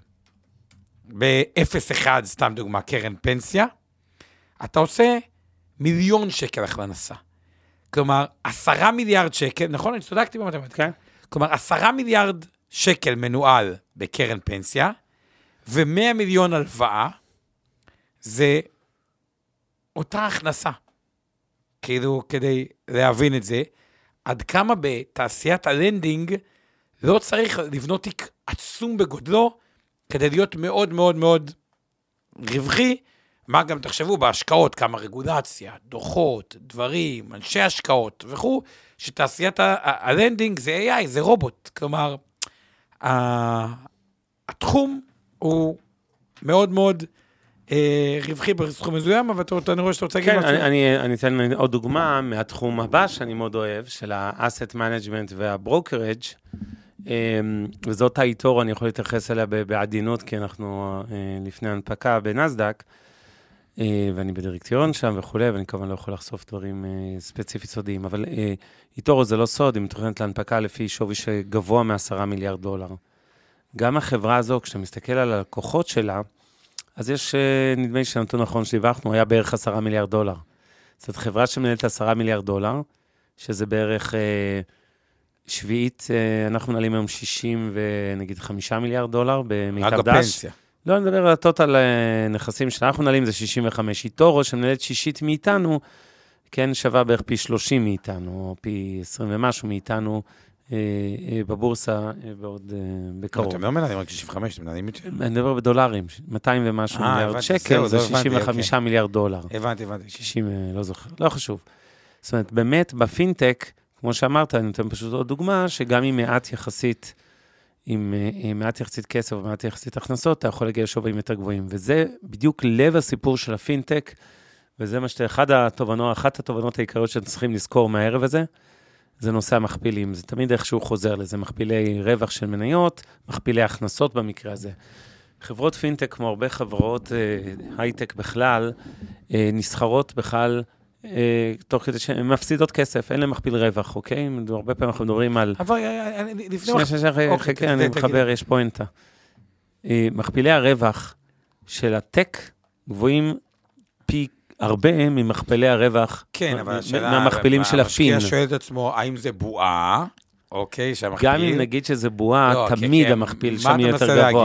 ב-אפס אחד, סתם דוגמה, קרן פנסיה, אתה עושה מיליון שקל הכנסה. כלומר, עשרה מיליארד שקל, נכון? אני צודקתי במתמטיקה. Okay. כלומר, עשרה מיליארד שקל מנוהל בקרן פנסיה, ומאה מיליון הלוואה, זה אותה הכנסה. כאילו, כדי להבין את זה, עד כמה בתעשיית הלנדינג, לא צריך לבנות תיק עצום בגודלו, כדי להיות מאוד מאוד מאוד רווחי, מה גם תחשבו בהשקעות, כמה רגולציה, דוחות, דברים, אנשי השקעות וכו', שתעשיית הלנדינג זה איי איי, זה רובוט. כלומר, התחום הוא מאוד מאוד רווחי בסכום מזוים, אבל אני רואה שאתה רוצה להגיד משהו. כן, אני אתן עוד דוגמה מהתחום הבא שאני מאוד אוהב, של ה-asset management וה-brokerage, וזאת האיתור, אני יכול להתייחס אליה בעדינות, כי אנחנו לפני הנפקה בנסדק, ואני בדירקטוריון שם וכו', ואני כמובן לא יכול לחשוף דברים ספציפית סודיים, אבל איתורו זה לא סוד, היא מתוכננת להנפקה לפי שווי שגבוה מעשרה מיליארד דולר. גם החברה הזו, כשאתה מסתכל על הלקוחות שלה, אז יש, נדמה לי שנתון נכון שדיווחנו, היה בערך עשרה מיליארד דולר. זאת חברה שמנהלת עשרה מיליארד דולר, שזה בערך שביעית, אנחנו נעלים היום שישים ונגיד חמישה מיליארד דולר במיטב דש. הפנסיה. לא, אני מדבר על הטוטל נכסים שאנחנו נעלים, זה שישים וחמש. איתורו, שמנהלת שישית מאיתנו, כן שווה בערך פי שלושים מאיתנו, או פי עשרים ומשהו מאיתנו, בבורסה בעוד בקרוב. אתם לא מנהלים רק שישים וחמש, אתם מנהלים יותר? אני מדבר בדולרים, מאתיים ומשהו מיליארד שקל, זה שישים וחמישה מיליארד דולר. הבנתי, הבנתי. שישים, לא זוכר, לא חשוב. זאת אומרת, באמת, בפינטק, כמו שאמרת, אני נותן פשוט עוד דוגמה, שגם עם מעט יחסית, עם מעט יחסית כסף או מעט יחסית הכנסות, אתה יכול להגיע לשווי יותר גבוהים. וזה בדיוק לב הסיפור של הפינטק, וזה מה שאתה, אחד התובנות, אחת התובנות העיקריות שאתם צריכים לזכור מהערב הזה, זה נושא המכפילים, זה תמיד איכשהו חוזר לזה, מכפילי רווח של מניות, מכפילי הכנסות במקרה הזה. חברות פינטק, כמו הרבה חברות הייטק בכלל, נסחרות בכלל, תוך כדי שהן מפסידות כסף, אין להם מכפיל רווח, אוקיי? הרבה פעמים אנחנו מדברים על... אבל לפני... שנייה, שנייה, אני מחבר, יש פואנטה. מכפילי הרווח של הטק גבוהים פי הרבה ממכפילי הרווח, כן, אבל השאלה... מהמכפילים של הפין. המשקיע שואל את עצמו, האם זה בועה, אוקיי, שהמכפיל... גם אם נגיד שזה בועה, תמיד המכפיל שם יהיה יותר גבוה.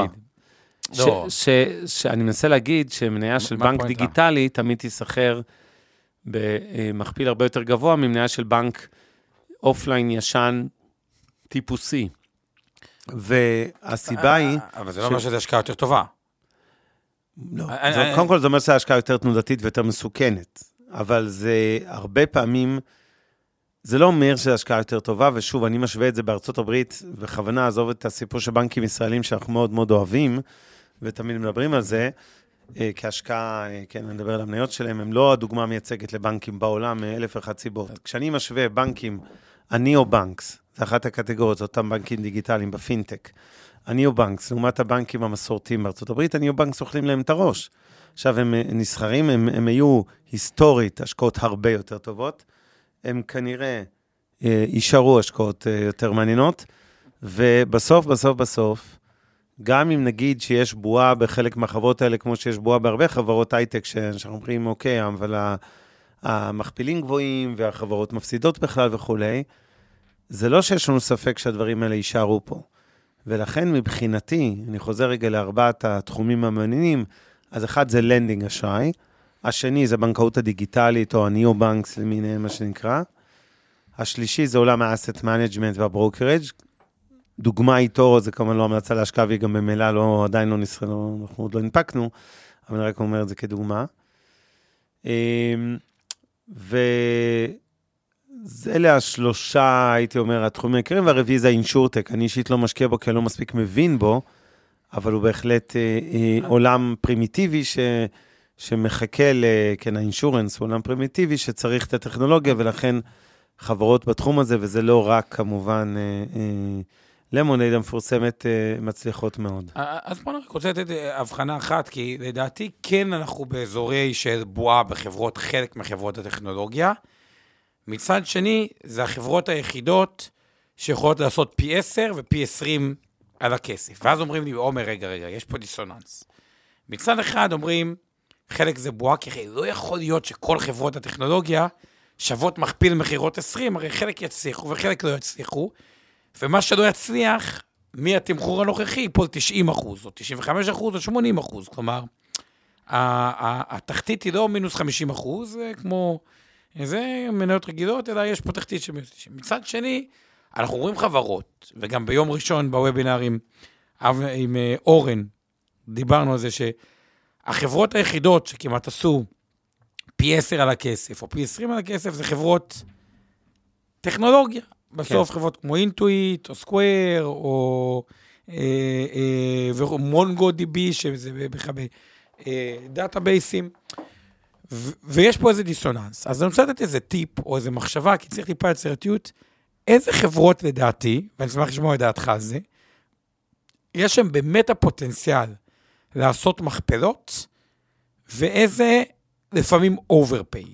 שאני מנסה להגיד שמניה של בנק דיגיטלי תמיד תיסחר במכפיל הרבה יותר גבוה ממניה של בנק אופליין ישן טיפוסי. והסיבה היא... אבל זה לא אומר שזה השקעה יותר טובה. לא. קודם כל זה אומר שזה השקעה יותר תנודתית ויותר מסוכנת. אבל זה הרבה פעמים... זה לא אומר שזה השקעה יותר טובה, ושוב, אני משווה את זה בארצות הברית, בכוונה עזוב את הסיפור של בנקים ישראלים שאנחנו מאוד מאוד אוהבים, ותמיד מדברים על זה, כהשקעה, כן, אני מדבר על המניות שלהם, הם לא הדוגמה המייצגת לבנקים בעולם, אלף ואחת סיבות. כשאני משווה בנקים, אני או בנקס, זה אחת הקטגוריות, זה אותם בנקים דיגיטליים בפינטק, אני או בנקס, לעומת הבנקים המסורתיים בארצות הברית, אני או בנקס אוכלים להם את הראש. עכשיו, הם נסחרים, הם, הם היו היסטורית השקעות הרבה יותר טובות, הם כנראה יישארו השקעות יותר מעניינות, ובסוף, בסוף, בסוף, גם אם נגיד שיש בועה בחלק מהחברות האלה, כמו שיש בועה בהרבה חברות הייטק, שאנחנו אומרים, אוקיי, אבל המכפילים גבוהים, והחברות מפסידות בכלל וכו', זה לא שיש לנו ספק שהדברים האלה יישארו פה. ולכן מבחינתי, אני חוזר רגע לארבעת התחומים המעניינים, אז אחד זה לנדינג אשראי, השני זה בנקאות הדיגיטלית, או הניאו-בנקס, למיניהם מה שנקרא. השלישי זה עולם האסט מנג'מנט והברוקרג'. דוגמה איתו, זה כמובן לא המלצה להשקעה, והיא גם במילא לא, עדיין לא נסחר, לא, אנחנו עוד לא הנפקנו, אבל אני רק אומר את זה כדוגמה. ואלה השלושה, הייתי אומר, התחומים העיקריים, והרביעי זה האינשורטק. אני אישית לא משקיע בו, כי אני לא מספיק מבין בו, אבל הוא בהחלט עולם פרימיטיבי ש... שמחכה, כן, האינשורנס, הוא עולם פרימיטיבי שצריך את הטכנולוגיה, ולכן חברות בתחום הזה, וזה לא רק כמובן למונייד המפורסמת, מצליחות מאוד. אז פה אני רוצה לתת הבחנה אחת, כי לדעתי כן אנחנו באזורי של בועה בחברות, חלק מחברות הטכנולוגיה. מצד שני, זה החברות היחידות שיכולות לעשות פי עשר ופי עשרים על הכסף. ואז אומרים לי, עומר, רגע, רגע, יש פה דיסוננס. מצד אחד אומרים, חלק זה בועה, כי לא יכול להיות שכל חברות הטכנולוגיה שוות מכפיל מחירות עשרים, הרי חלק יצליחו וחלק לא יצליחו, ומה שלא יצליח, מהתמחור הנוכחי, ייפול תשעים אחוז, או תשעים וחמישה אחוז, או שמונים אחוז, כלומר, התחתית היא לא מינוס חמישים אחוז, כמו איזה מניות רגילות, אלא יש פה תחתית של מינוס תשעים. מצד שני, אנחנו רואים חברות, וגם ביום ראשון בוובינרים, עם אורן, דיברנו על זה ש... החברות היחידות שכמעט עשו פי עשר על הכסף, או פי עשרים על הכסף, זה חברות טכנולוגיה. בסוף חברות כמו אינטואיט, או סקוויר, או מונגו די בי, שזה בכלל דאטאבייסים, ויש פה איזה דיסוננס. אז אני רוצה לתת איזה טיפ, או איזה מחשבה, כי צריך טיפה יצירתיות, איזה חברות לדעתי, ואני אשמח לשמוע את דעתך על זה, יש שם באמת הפוטנציאל, לעשות מכפלות, ואיזה לפעמים overpay.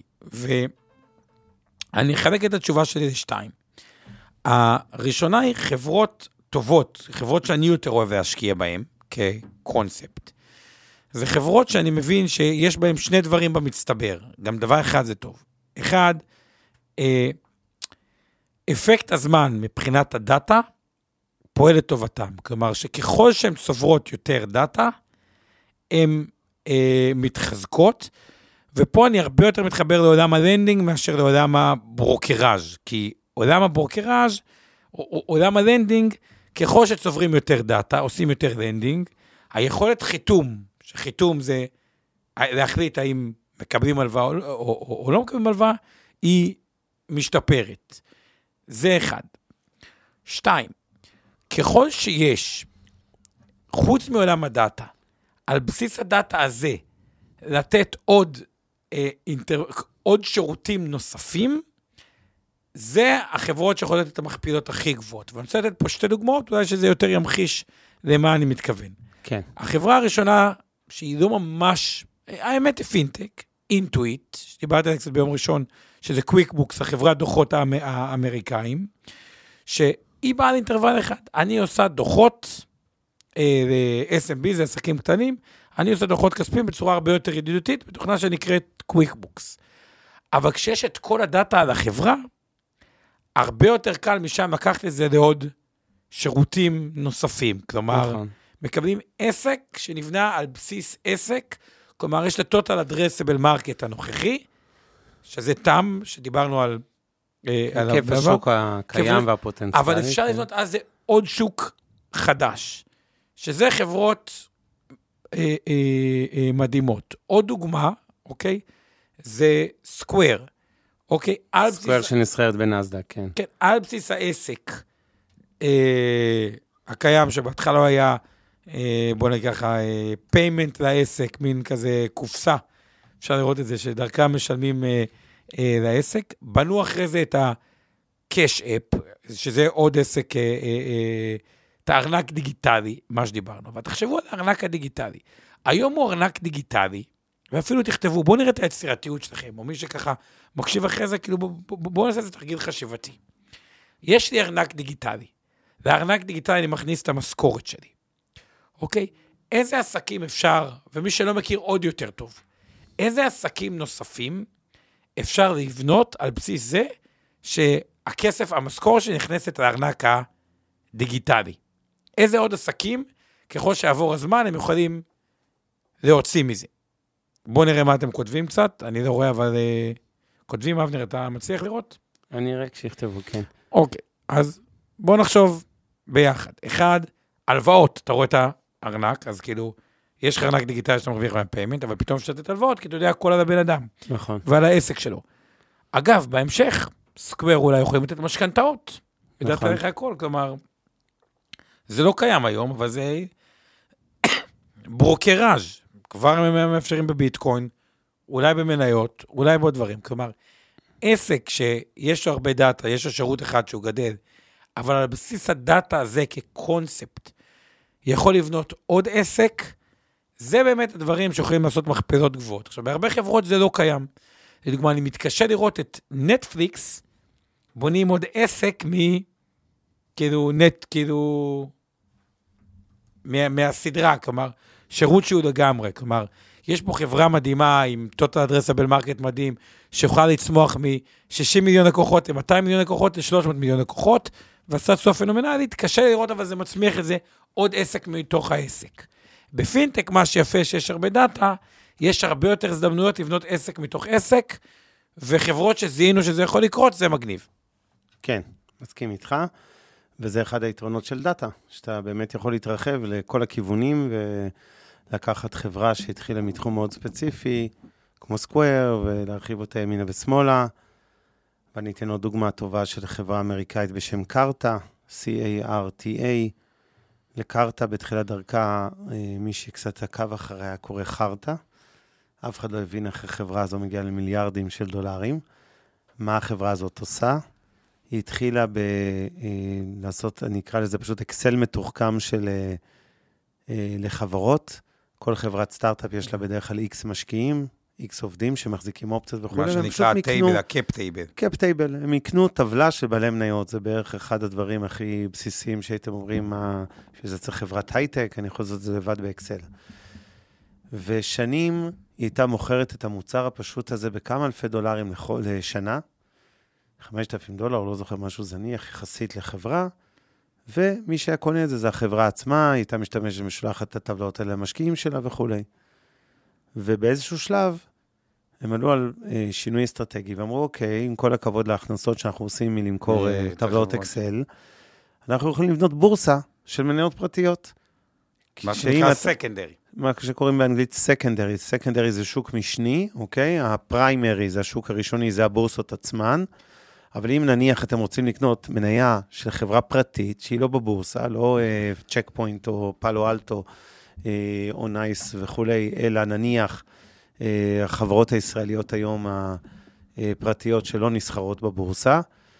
ואני אחלק את התשובה שלי לשתיים. הראשונה היא חברות טובות, חברות שאני יותר אוהב להשקיע בהן, כקונספט. זה חברות שאני מבין שיש בהן שני דברים במצטבר. גם דבר אחד זה טוב. אחד, אפקט הזמן מבחינת הדאטה, פועל לטובתם. כלומר, שככל שהן צוברות יותר דאטה, הן אה, מתחזקות, ופה אני הרבה יותר מתחבר לעולם הלנדינג מאשר לעולם הברוקראז', כי עולם הברוקראז', עולם הלנדינג, ככל שצוברים יותר דאטה, עושים יותר לנדינג, היכולת חיתום, שחיתום זה להחליט האם מקבלים הלוואה או, או, או, או לא מקבלים הלוואה, היא משתפרת. זה אחד. שתיים, ככל שיש, חוץ מעולם הדאטה, על בסיס הדאטה הזה, לתת עוד, אה, אינטר... עוד שירותים נוספים, זה החברות שיכולות לתת את המכפילות הכי גבוהות. ואני רוצה לתת פה שתי דוגמאות, אולי שזה יותר ימחיש למה אני מתכוון. כן. החברה הראשונה, שהיא לא ממש, האמת היא פינטק, אינטואיט, שדיברתי עליה קצת ביום ראשון, שזה קוויקבוקס, החברת דוחות האמריקאים, שהיא באה לאינטרוול אחד. אני עושה דוחות, ל-אס אם בי, זה עסקים קטנים, אני עושה דוחות כספיים בצורה הרבה יותר ידידותית, בתוכנה שנקראת קוויקבוקס. אבל כשיש את כל הדאטה על החברה, הרבה יותר קל משם לקחת את זה לעוד שירותים נוספים. כלומר, נכון. מקבלים עסק שנבנה על בסיס עסק, כלומר, יש לטוטל אדרסבל מרקט הנוכחי, שזה תם, שדיברנו על... כיף השוק הקיים והפוטנציאלי. אבל אפשר לבנות אז זה עוד שוק חדש, שזה חברות אה, אה, אה, מדהימות. עוד דוגמה, אוקיי, זה סקוואר, אוקיי? סקוואר שנסחרת בנאסד"ק, כן. כן, על בסיס העסק אה, הקיים, שבהתחלה לא היה, אה, בוא נגיד ככה, אה, פיימנט לעסק, מין כזה קופסה, אפשר לראות את זה, שדרכם משלמים אה, אה, לעסק, בנו אחרי זה את ה-cash app, שזה עוד עסק, אה, אה, אה, את הארנק דיגיטלי, מה שדיברנו, אבל תחשבו על הארנק הדיגיטלי, היום הוא ארנק דיגיטלי, ואפילו תכתבו, בואו נראה את היצירתיות שלכם, או מי שככה מקשיב אחרי זה, כאילו בואו בוא, בוא נעשה את זה תרגיל חשיבתי. יש לי ארנק דיגיטלי, והארנק דיגיטלי אני מכניס את המשכורת שלי, אוקיי? איזה עסקים אפשר, ומי שלא מכיר עוד יותר טוב, איזה עסקים נוספים אפשר לבנות על בסיס זה, שהכסף, המשכורת שנכנסת לארנק הדיגיטלי. איזה עוד עסקים, ככל שעבור הזמן, הם יכולים להוציא מזה. בואו נראה מה אתם כותבים קצת, אני לא רואה, אבל uh, כותבים, אבנר, אתה מצליח לראות? אני אראה כשיכתבו, כן. אוקיי, אז בואו נחשוב ביחד. אחד, הלוואות, אתה רואה את הארנק, אז כאילו, יש לך ארנק דיגיטלי שאתה מרוויח מהפיימנט, אבל פתאום שתת הלוואות, כי אתה יודע הכל על הבן אדם. נכון. ועל העסק שלו. אגב, בהמשך, סקוואר אולי יכולים לתת משכנתאות. נכון. יודעת עליך הכל, כלומר, זה לא קיים היום, אבל זה ברוקראז'. כבר הם מאפשרים בביטקוין, אולי במניות, אולי בעוד דברים. כלומר, עסק שיש לו הרבה דאטה, יש לו שירות אחד שהוא גדל, אבל על בסיס הדאטה הזה כקונספט, יכול לבנות עוד עסק, זה באמת הדברים שיכולים לעשות מכפלות גבוהות. עכשיו, בהרבה חברות זה לא קיים. לדוגמה, אני מתקשה לראות את נטפליקס, בונים עוד עסק מ... כאילו, נט, כאילו... מה, מהסדרה, כלומר, שירות שהוא לגמרי, כלומר, יש פה חברה מדהימה, עם total addressable market מדהים, שיכולה לצמוח מ-שישים מיליון לקוחות, ל-מאתיים מיליון לקוחות, ל-שלוש מאות מיליון לקוחות, ועשת סוף פנומנלית, קשה לראות, אבל זה מצמיח את זה עוד עסק מתוך העסק. בפינטק, מה שיפה שיש הרבה דאטה, יש הרבה יותר הזדמנויות לבנות עסק מתוך עסק, וחברות שזיהינו שזה יכול לקרות, זה מגניב. כן, מסכים איתך, וזה אחד היתרונות של דאטה, שאתה באמת יכול להתרחב לכל הכיוונים, ולקחת חברה שהתחילה מתחום מאוד ספציפי, כמו סקוואר, ולהרחיב אותה ימינה ושמאלה, ואני אתן עוד דוגמה טובה של חברה אמריקאית בשם קארטה, C-A-R-T-A, לקארטה בתחילת דרכה, מי שקצת עקב אחריה קורא חרטה, אף אחד לא הבין איך החברה הזו מגיעה למיליארדים של דולרים. מה החברה הזאת עושה? היא התחילה ב... לעשות, אני אקרא לזה פשוט אקסל מתוחכם של לחברות. כל חברת סטארט-אפ יש לה בדרך כלל X משקיעים, X עובדים שמחזיקים אופציות וכו'. מה שנקרא הטייבל, הקאפ טייבל. קאפ טייבל, הם יקנו טבלה של בעלי מניות, זה בערך אחד הדברים הכי בסיסיים שהייתם אומרים, מה, שזה צריך חברת הייטק, אני יכול לעשות את זה לבד באקסל. ושנים היא הייתה מוכרת את המוצר הפשוט הזה בכמה אלפי דולרים לשנה, חמשת אלפים דולר, לא זוכר משהו זניח יחסית לחברה, ומי שהיה קונה את זה, זה החברה עצמה, היא הייתה משתמשת ומשולחת את הטבלאות האלה למשקיעים שלה וכו'. ובאיזשהו שלב, הם עלו על שינוי אסטרטגי, ואמרו, אוקיי, עם כל הכבוד להכנסות שאנחנו עושים מלמכור טבלאות אקסל, אנחנו יכולים לבנות בורסה של מניות פרטיות. מה שנקרא סקנדרי. מה שקוראים באנגלית סקנדרי. סקנדרי זה שוק משני, אוקיי? הפריימרי זה השוק הראשוני, זה הבורסות עצמן. אבל אם נניח אתם רוצים לקנות מניה של חברה פרטית, שהיא לא בבורסה, לא צ'ק פוינט או פאלו אלטו או נייס וכולי, אלא נניח החברות הישראליות היום הפרטיות שלא נסחרות בבורסה,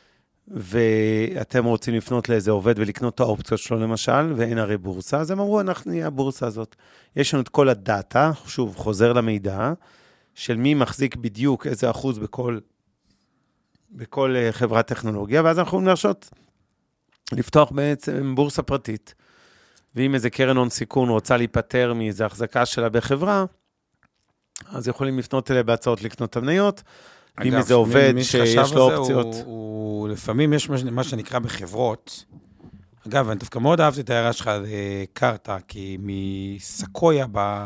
ואתם רוצים לפנות לאיזה עובד ולקנות את האופציות שלו למשל, ואין הרי בורסה, אז הם אמרו, אנחנו נהיה הבורסה הזאת. יש לנו את כל הדאטה, שוב, חוזר למידע, של מי מחזיק בדיוק איזה אחוז בכל, בכל חברת טכנולוגיה, ואז אנחנו יכולים להרשות לפתוח בעצם בורסה פרטית, ואם איזה קרן הון סיכון רוצה להיפטר מאיזו החזקה שלה בחברה, אז יכולים לפנות אליה בהצעות לקנות את המניות, אם איזה עובד שיש לו אופציות. הוא, הוא, לפעמים יש מה שנקרא בחברות, אגב, אני דווקא מאוד אהבתי את ההערה שלך לקרטה, כי מסקויה, ב,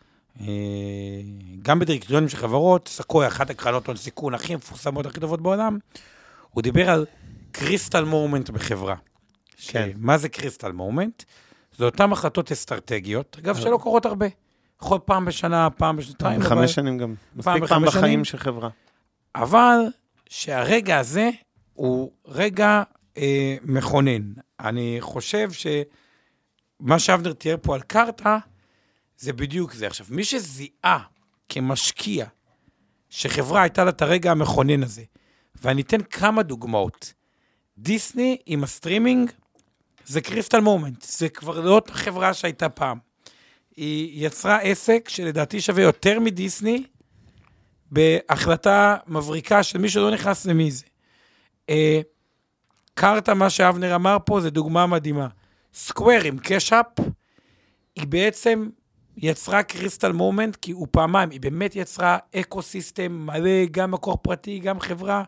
גם בדירקטוריונים של חברות, סקויה, אחת הקרנות הון סיכון הכי מפורסמות, הכי טובות בעולם, הוא דיבר על קריסטל מומנט בחברה. כן. מה זה קריסטל מומנט? זה אותן החלטות אסטרטגיות, אגב, שלא קורות הרבה. יכול פעם בשנה, פעם בשנתיים. חמש אבל... שנים גם. מספיק פעם בחיים שנים, של חברה. אבל שהרגע הזה הוא רגע אה, מכונן. אני חושב שמה שאבנר תיאר פה על קרטה, זה בדיוק זה. עכשיו, מי שזיהה כמשקיע, שחברה הייתה לה את הרגע המכונן הזה, ואני אתן כמה דוגמאות. דיסני עם הסטרימינג, זה קריסטל מומנט. זה כבר לא אותה חברה שהייתה פעם. היא יצרה עסק שלדעתי שווה יותר מדיסני, בהחלטה מבריקה של מי שלא נכנס למי זה. אה, קרטה, מה שאבנר אמר פה, זה דוגמה מדהימה. סקוואר עם קשאפ, היא בעצם יצרה קריסטל מומנט, כי הוא פעמיים, היא באמת יצרה אקוסיסטם מלא, גם מקור פרטי, גם חברה,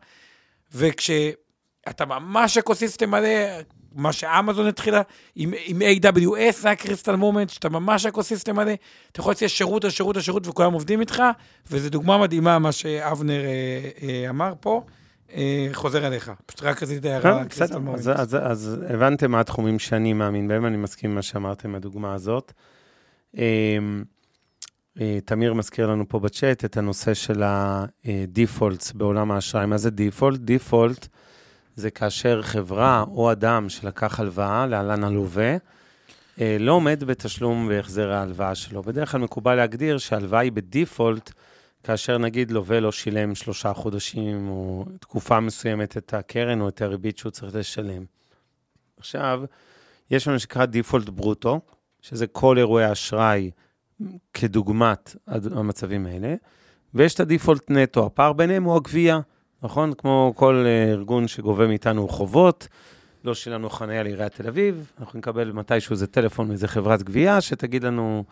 וכשאתה ממש אקוסיסטם מלא, מה שאמזון התחילה, עם, עם איי דאבליו אס, זה הקריסטל מומנט, שאתה ממש אקוסיסטם מלא, אתה יכול להציע שירות על שירות על שירות, וכולם עובדים איתך, וזו דוגמה מדהימה, מה שאבנר אה, אה, אמר פה, אה, חוזר אליך. פשוט רק עשיתי הערה על קריסטל מומנט. אז, אז, אז הבנתם מה התחומים שאני מאמין בהם, אני מסכים עם מה שאמרתם, הדוגמה הזאת. אה, אה, תמיר מזכיר לנו פה בצ'אט, את הנושא של הדיפולטס בעולם האשראי. מה זה דיפולט? דיפולט, זה כאשר חברה או אדם שלקח הלוואה, להלן הלווה, לא עומד בתשלום והחזר ההלוואה שלו. בדרך כלל מקובל להגדיר שההלוואה היא בדיפולט, כאשר נגיד לווה לא שילם שלושה חודשים, או תקופה מסוימת את הקרן או את הריבית שהוא צריך לשלם. עכשיו, יש לנו שקרא דיפולט ברוטו, שזה כל אירועי האשראי כדוגמת המצבים האלה, ויש את הדיפולט נטו, הפער ביניהם הוא הגבייה, נכון? כמו כל ארגון שגובה מאיתנו חובות, לא שלנו חניה לעיריית תל אביב, אנחנו נקבל מתישהו איזה טלפון מאיזה חברת גבייה, שתגיד לנו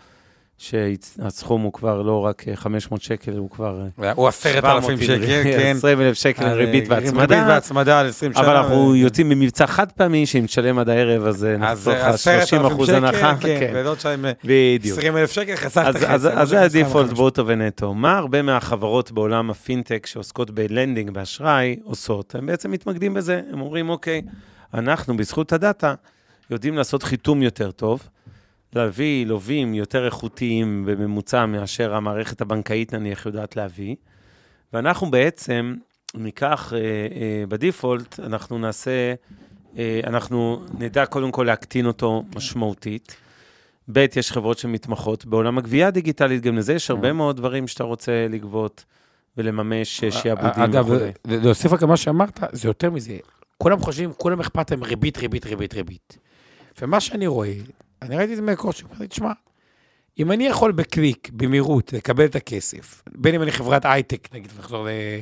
שהסכום הוא כבר לא רק חמש מאות שקל, הוא כבר... הוא עשרת אלפים שקל, כן. עשרים אלף שקל ריבית והצמדה. ריבית והצמדה על עשרים שנה. אבל אנחנו יוצאים במבצע חד פעמי, שאם נשלם עד הערב, אז נחסוך שלושים אחוז הנחה. כן, ולא תשלם עשרים אלף שקל, חסכת חסר. אז זה הדיפולט ברוטו ונטו. מה הרבה מהחברות בעולם הפינטק שעוסקות בלנדינג, באשראי, עושות? הם בעצם מתמקדים בזה. הם אומרים, אוקיי, אנחנו בזכות הדאטה יודעים לעשות חיתום יותר טוב, להביא לווים יותר איכותיים בממוצע מאשר המערכת הבנקאית נניח יודעת להביא, ואנחנו בעצם ניקח אה, אה, בדיפולט, אנחנו נעשה, אה, אנחנו נדע קודם כל להקטין אותו משמעותית, ב' יש חברות שמתמחות, בעולם הגבייה הדיגיטלית גם לזה יש הרבה מאוד דברים שאתה רוצה לגבות ולממש שיעבודים. אגב, להוסיף רק מה שאמרת, זה יותר מזה, כולם חושבים, כולם אכפת להם ריבית, ריבית, ריבית, ריבית. ומה שאני רואה, אני ראיתי את זה מהקורס שאומר לי, תשמע, אם אני יכול בקליק, במהירות, לקבל את הכסף, בין אם אני חברת הייטק, נגיד, נחזור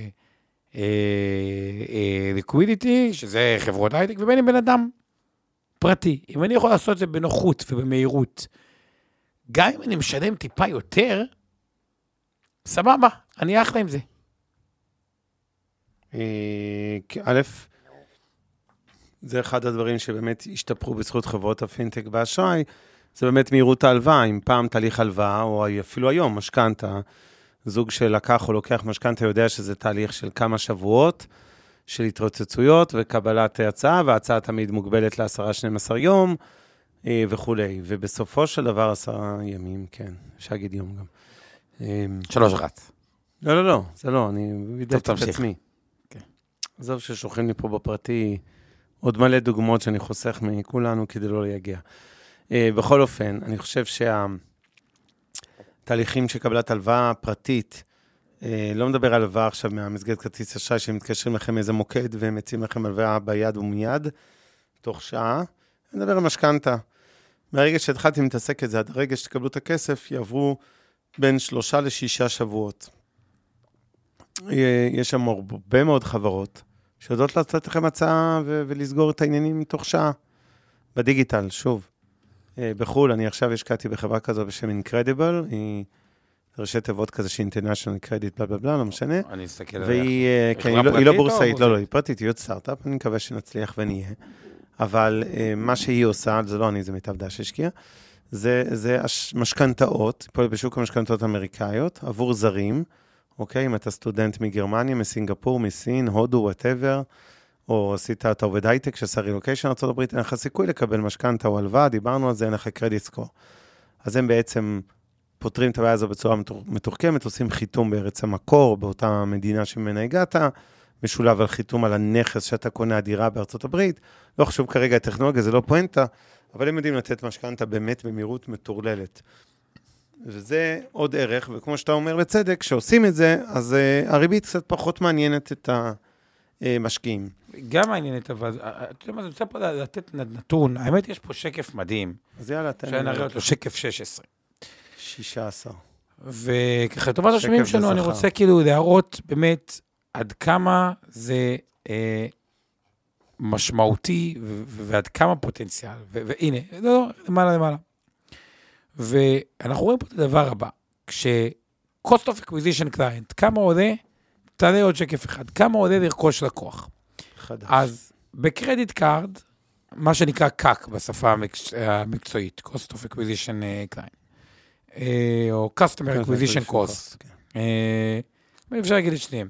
לליקווידיטי, שזה חברות הייטק, ובין אם בן אדם פרטי, אם אני יכול לעשות את זה בנוחות ובמהירות, גם אם אני משלם טיפה יותר, סבבה, אני אחלה עם זה. א', זה אחד הדברים שבאמת השתפרו בזכות חברות הפינטק באשראי, זה באמת מהירות ההלוואה, אם פעם תהליך הלוואה, או אפילו היום, משכנתה, זוג שלקח או לוקח משכנתה יודע שזה תהליך של כמה שבועות, של התרוצצויות וקבלת הצעה, וההצעה תמיד מוגבלת ל-עשרה שנים עשר יום וכו'. ובסופו של דבר עשרה ימים, כן, אפשר להגיד יום גם. שלוש אחת. לא, לא, לא, זה לא, אני וידאתי את עצמי. עזוב ששולחים לי פה בפרטי עוד מלא דוגמאות שאני חוסך מכולנו כדי לא להגיע. בכל אופן, אני חושב שהתהליכים של קבלת הלוואה פרטית, לא מדבר על הלוואה עכשיו מהמסגרת כרטיס אשראי, שהם מתקשרים לכם איזה מוקד והם מציעים לכם הלוואה ביד ומיד, תוך שעה. אני מדבר על משכנתה. מהרגע שהתחלתי להתעסק את זה, עד הרגע שתקבלו את הכסף, יעברו בין שלושה לשישה שבועות. יש שם הרבה מאוד חברות, שיודעות לתת לכם הצעה ו- ולסגור את העניינים תוך שעה. בדיגיטל, שוב. בחול, אני עכשיו השקעתי בחברה כזו בשם Incredible, היא ראשי תיבות כזה שהיא International Credit, בלה בלה בלה, לא משנה. אני אסתכל עליה. והיא, כן, היא, לא, היא לא בורסאית, לא, לא, היא פרטית, היא עוד סטארט-אפ, אני מקווה שנצליח ונהיה. אבל מה שהיא עושה, זה לא אני, זה מיטב דש השקיע, זה, זה משכנתאות, פועל בשוק המשכנתאות האמריקאיות, עבור זרים, אוקיי, אם אתה סטודנט מגרמניה, מסינגפור, מסין, הודו, whatever, או עשית, אתה עובד הייטק, שעשה רילוקיישן ארצות הברית, אין לך סיכוי לקבל משכנתה או הלוואה, דיברנו על זה, אין לך קרדיט סקור. אז הם בעצם פותרים את הבעיה הזו בצורה מתוחכמת, עושים חיתום בארץ המקור, באותה מדינה שממנה הגעת, משולב על חיתום על הנכס שאתה קונה הדירה בארצות הברית, לא חשוב כרגע הטכנולוגיה, זה לא פואנטה, אבל הם יודעים לתת משכנתה באמת במהירות מטורללת. וזה עוד ערך, וכמו שאתה אומר בצדק, כשעושים את זה, אז uh, הריבית קצת פחות מעניינת את המשקיעים. גם מעניינת, אבל, אתה יודע מה, זה רוצה פה לתת נתון, האמת יש פה שקף מדהים. אז יאללה, תן. שאני אראה אותו, שקף שש עשרה. שישה עשר. וככה, לטובת השומעים שלנו, אני רוצה כאילו להראות באמת עד כמה זה אה, משמעותי, ו- ועד כמה פוטנציאל, ו- והנה, לא, למעלה למעלה. ואנחנו רואים פה את הדבר הבא, כש-cost of acquisition client, כמה עולה, תעלה עוד שקף אחד, כמה עולה לרכוש לקוח. חדש. אז בקרדיט קארד, מה שנקרא קאק בשפה המקצועית, cost of acquisition client, או customer acquisition cost, אפשר להגיד את שניהם.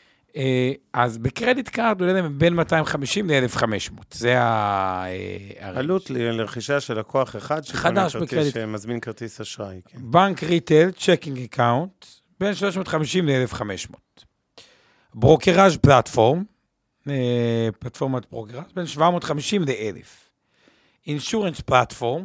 אז בקרדיט קארד עולה להם בין מאתיים וחמישים ל-אלף וחמש מאות, זה ה... עלות לרכישה של לקוח אחד, חדש בקרדיט. שמזמין כרטיס אשראי. בנק ריטל, צ'קינג אקאונט, בין שלוש מאות וחמישים ל-אלף וחמש מאות. ברוקראז' פלטפורם, פלטפורמת ברוקראז', בין שבע מאות וחמישים ל-אלף. אינשורנס פלטפורם,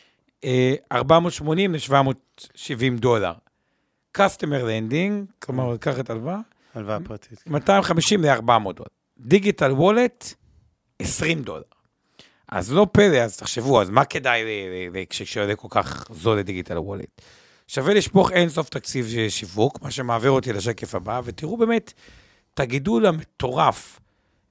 ארבע מאות ושמונים ל-שבע מאות ושבעים דולר. קסטומר לנדינג, כלומר, לקח את הלוואה, הלוואה פרטית. מאתיים וחמישים ל-ארבע מאות דולר. דיגיטל וולט, עשרים דולר. אז לא פלא, אז תחשבו, אז מה כדאי כשעולה כל כך זול לדיגיטל וולט? שווה לשפוך אין סוף תקציב שיווק, מה שמעביר אותי לשקף הבא, ותראו באמת את הגידול המטורף.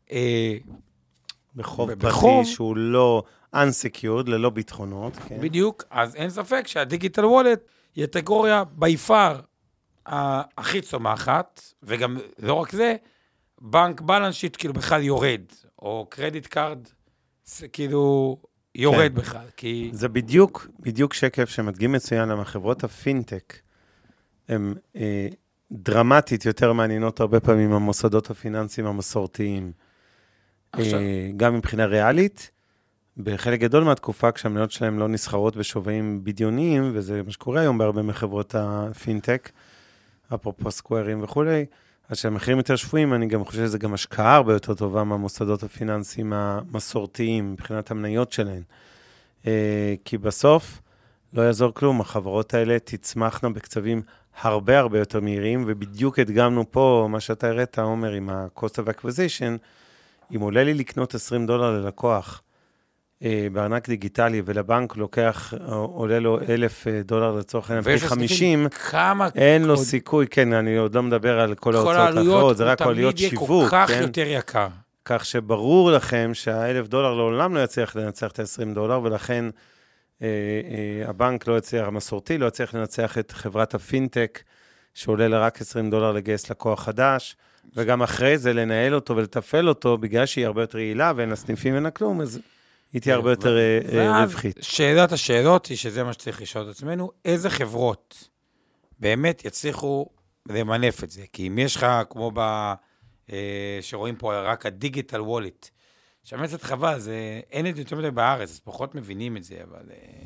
בחוב פרטי שהוא לא unsecured, ללא ביטחונות. בדיוק, אז אין ספק שהדיגיטל וולט היא התגוריה ביפר הכי צומחת, וגם לא רק זה, בנק בלנס שיט כאילו בכלל יורד, או קרדיט קארד כאילו יורד בכלל. כי... זה בדיוק, בדיוק שקף שמדגים מצוין למה חברות הפינטק, הן אה, דרמטית יותר מעניינות הרבה פעמים המוסדות הפיננסיים המסורתיים. עכשיו. אה, גם מבחינה ריאלית, בחלק גדול מהתקופה, כשהמניות שלהם לא נסחרות בשווים בדיוניים, וזה מה שקורה היום בהרבה מחברות הפינטק, אפרופו סקוארים וכולי, אז שהמחירים יותר שפויים, אני גם חושב שזה גם השקעה הרבה יותר טובה מהמוסדות הפיננסיים המסורתיים, מבחינת המניות שלהן. כי בסוף לא יעזור כלום, החברות האלה תצמחנה בקצבים הרבה הרבה יותר מהירים, ובדיוק הדגמנו פה, מה שאתה הראית, עומר, עם ה-cost of acquisition, אם עולה לי לקנות עשרים דולר ללקוח, בארנק דיגיטלי, ולבנק לוקח, עולה לו אלף דולר לצורך העניין, פי חמישים, אין לו סיכוי, כן, אני עוד לא מדבר על כל ההוצאות האחרות, זה רק עלויות שיווק, כל כך יותר יקר. כך שברור לכם שהאלף דולר לעולם לא יצליח לנצח את ה-עשרים דולר, ולכן הבנק לא יצליח, המסורתי לא יצליח לנצח את חברת הפינטק, שעולה לה רק עשרים דולר לגייס לקוח חדש, וגם אחרי זה לנהל אותו ולטפל אותו, בגלל שהיא הרבה יותר יעילה, ואין הסניפים ואין הכלום, אז היא תהיה הרבה יותר רווחית. שאלת השאלות היא שזה מה שצריך לשאול את עצמנו, איזה חברות באמת יצליחו זה מנף את זה, כי אם יש לך, כמו ב... שרואים פה רק הדיגיטל וולט, שם קצת חבל, זה אין את זה יותר מדי בארץ, אז פחות מבינים את זה, אבל...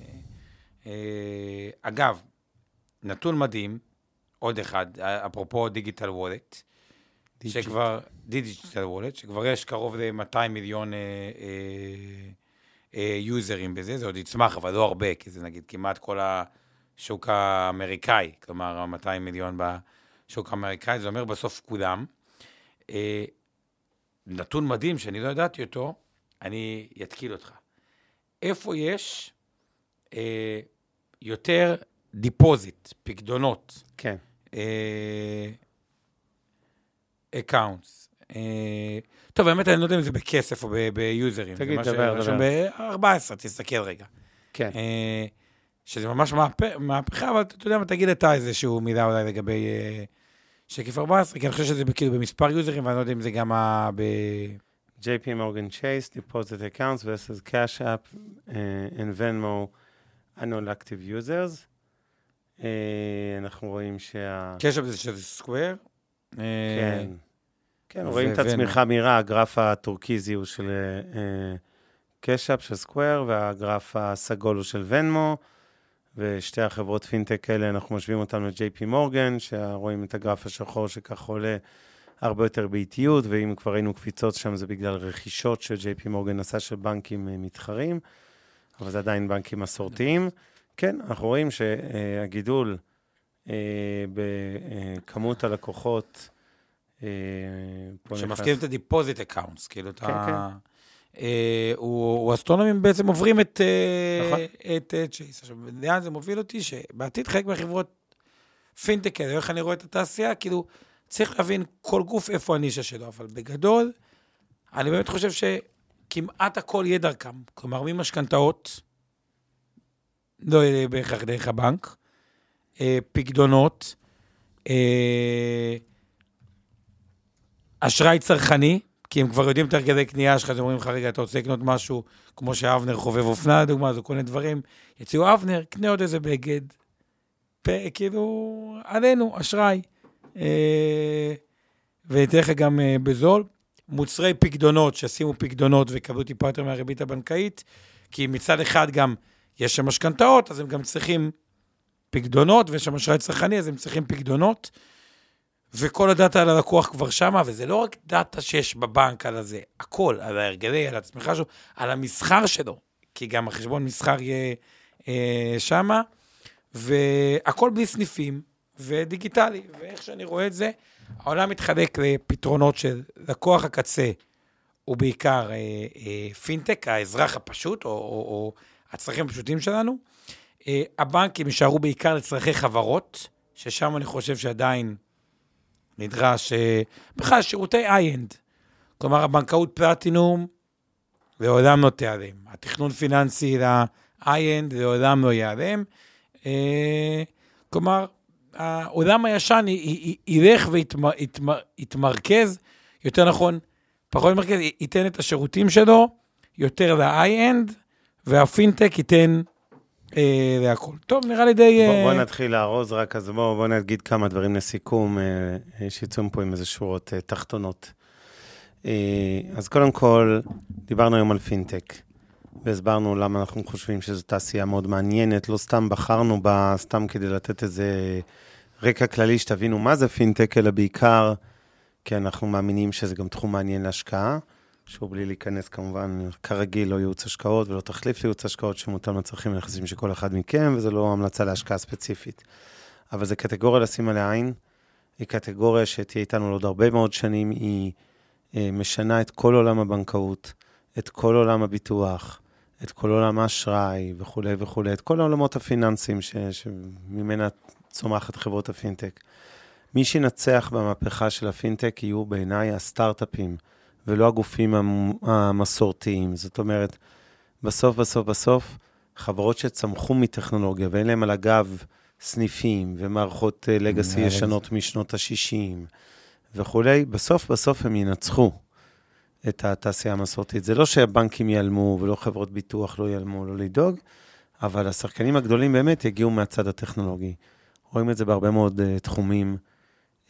אגב, נתון מדהים, עוד אחד, אפרופו דיגיטל וולט, שכבר, דיגיטל וולט, שכבר יש קרוב ל-מאתיים מיליון יוזרים בזה, זה עוד יצמח, אבל לא הרבה, כי זה נגיד כמעט כל השוק האמריקאי, כלומר, מאתיים מיליון בשוק האמריקאי, זה אומר בסוף כולם. נתון מדהים, שאני לא ידעתי אותו, אני יתקיל אותך. איפה יש יותר דיפוזיט, פקדונות? כן. אקאונטס. טוב, באמת אני לא יודע אם זה בכסף או ביוזרים. תגיד, דבר, דבר. ב-ארבע עשרה, תסתכל רגע. כן. שזה ממש מהפכה, אבל אתה יודע, תגיד אתה איזשהו מילה אולי לגבי שקף ארבע עשרה, כי אני חושב שזה כאילו במספר יוזרים, ואני לא יודע אם זה גם ב... ג'יי פי Morgan Chase, Deposit Accounts versus Cash App and Venmo, Annual Active Users. אנחנו רואים שה... Cash App זה שזה סקוואר? כן. כן, רואים את הצמיחה מהירה, הגרף הטורקיזי הוא של Cash App, של סקוואר, והגרף הסגול הוא של Venmo, ושתי החברות פינטק האלה, אנחנו משווים אותם ל-ג'יי פי Morgan, שרואים את הגרף השחור שכך עולה הרבה יותר באיטיות, ואם כבר ראינו קפיצות שם, זה בגלל רכישות של-ג'יי פי Morgan עשה של בנקים מתחרים, אבל זה עדיין בנקים מסורתיים. כן, אנחנו רואים שהגידול בכמות הלקוחות, שמפקידים את הדיפוזיט אקאונטס, כאילו אתה... הוא אסטרונומים בעצם עוברים את צ'ייס. עכשיו, לאן זה מוביל אותי, שבעתיד חלק מהחברות פינטק כאלה, איך אני רואה את התעשייה, כאילו צריך להבין כל גוף איפה הנישה שלו, אבל בגדול, אני באמת חושב שכמעט הכל יהיה דרכם, כלומר, ממשכנתאות, לא יהיה בהכרח דרך הבנק, פקדונות, אשראי צרכני, כי הם כבר יודעים את הרגלי קנייה שלך, אז אומרים לך, רגע, אתה רוצה לקנות משהו, כמו שאבנר חובב אופנה, דוגמה, אז הוא קונה דברים, יציעו אבנר, קנה עוד איזה בגד, כאילו, עלינו, אשראי, ותראה לך גם בזול, מוצרי פקדונות, שעשימו פקדונות וקבלו טיפה יותר מהריבית הבנקאית, כי מצד אחד גם יש שם משכנתאות, אז הם גם צריכים פקדונות, ויש שם אשראי צרכני, אז הם צריכים פקדונות, וכל הדאטה על הלקוח כבר שמה, וזה לא רק דאטה שיש בבנק על הזה, הכל, על ההרגלי, על הצמיחה שלו, על המסחר שלו, כי גם החשבון מסחר יהיה אה, שמה, והכל בלי סניפים, ודיגיטלי, ואיך שאני רואה את זה, העולם מתחלק לפתרונות של לקוח הקצה, הוא בעיקר אה, אה, פינטק, האזרח הפשוט, או, או, או הצרכים הפשוטים שלנו, אה, הבנקים יישארו בעיקר לצרכי חברות, ששם אני חושב שעדיין, נדרש, בכלל שירותי איי-אנד, כלומר הבנקאות פלטינום, לעולם לא תיעלם. התכנון פיננסי ל-איי-אנד לעולם לא ייעלם. כלומר, העולם הישן ילך ויתמרכז, יותר נכון, פחות מרכז, ייתן את השירותים שלו, יותר ל-איי-אנד, והפינטק ייתן להכל. טוב, נראה לי די... בוא נתחיל להרוז רק, אז בוא נגיד כמה דברים לסיכום, שיצאו פה עם איזה שורות תחתונות. אז קודם כל, דיברנו היום על פינטק, והסברנו למה אנחנו חושבים שזו תעשייה מאוד מעניינת, לא סתם בחרנו בה, סתם כדי לתת איזה רקע כללי, שתבינו מה זה פינטק, אלא בעיקר, כי אנחנו מאמינים שזה גם תחום מעניין להשקעה, שהוא בלי להיכנס כמובן, כרגיל, לא ייעוץ השקעות ולא תחליף לייעוץ השקעות שמותאם לצרכים ונכסים של כל אחד מכם, וזה לא המלצה להשקעה ספציפית. אבל זו קטגוריה לשים עליה עין, היא קטגוריה שתהיה איתנו לעוד הרבה מאוד שנים, היא משנה את כל עולם הבנקאות, את כל עולם הביטוח, את כל עולם האשראי וכו' וכו', את כל העולמות הפיננסיים ש... שממנה צומחת חברות הפינטק. מי שנצח במהפכה של הפינטק יהיו בעיניי הסטארט-אפים, ולא הגופים המסורתיים. זאת אומרת, בסוף, בסוף, בסוף, חברות שצמחו מטכנולוגיה, ואין להם על הגב סניפים, ומערכות לגאסי ישנות משנות ה-שישים, וכו', בסוף, בסוף הם ינצחו את התעשייה המסורתית. זה לא שהבנקים ייעלמו, ולא חברות ביטוח לא ייעלמו, לא לדאוג, אבל השחקנים הגדולים באמת יגיעו מהצד הטכנולוגי. רואים את זה בהרבה מאוד תחומים,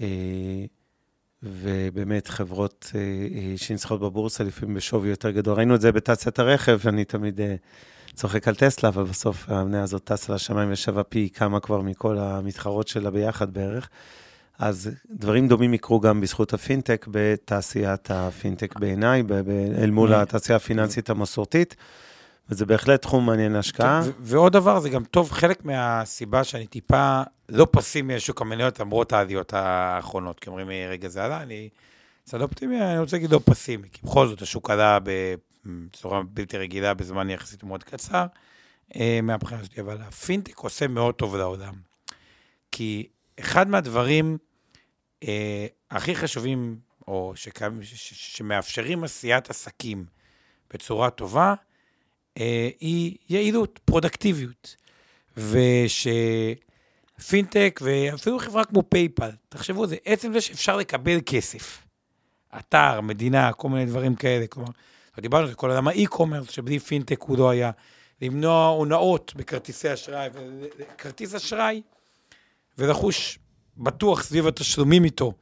ובאמת חברות שנסחרות בבורסה, לפעמים בשווי יותר גדול. ראינו את זה בתעשיית הרכב, אני תמיד צוחק על טסלה, אבל בסוף המניה הזאת טסה לשמיים ושווה פי כמה כבר מכל המתחרות שלה ביחד בערך. אז דברים דומים יקרו גם בזכות הפינטק, בתעשיית הפינטק בעיניי, אל מול התעשייה הפיננסית המסורתית, וזה בהחלט תחום מעניין להשקעה. ועוד דבר, זה גם טוב, חלק מהסיבה שאני טיפה לא פסימי לשוק המניות, למרות העליות האחרונות, כי אומרים, רגע זה עלה, אני קצת אופטימי, אני רוצה להגיד לא פסימי, כי בכל זאת השוק עלה בצורה בלתי רגילה, בזמן יחסית מאוד קצר, מהבחינה שלי, אבל הפינטק עושה מאוד טוב לעולם. כי אחד מהדברים אה, הכי חשובים, או שקיים, ש, ש, שמאפשרים עשיית עסקים בצורה טובה, אה, היא יעילות, פרודקטיביות. ושפינטק, ואפילו חברה כמו פייפל, תחשבו, זה עצם זה שאפשר לקבל כסף. אתר, מדינה, כל מיני דברים כאלה. כלומר, דיברנו על כל עולם האי-קומרס, שבלי פינטק הוא לא היה. למנוע הונאות בכרטיסי אשראי, וכרטיס אשראי, ולחוש בטוח סביב התשלומים איתו,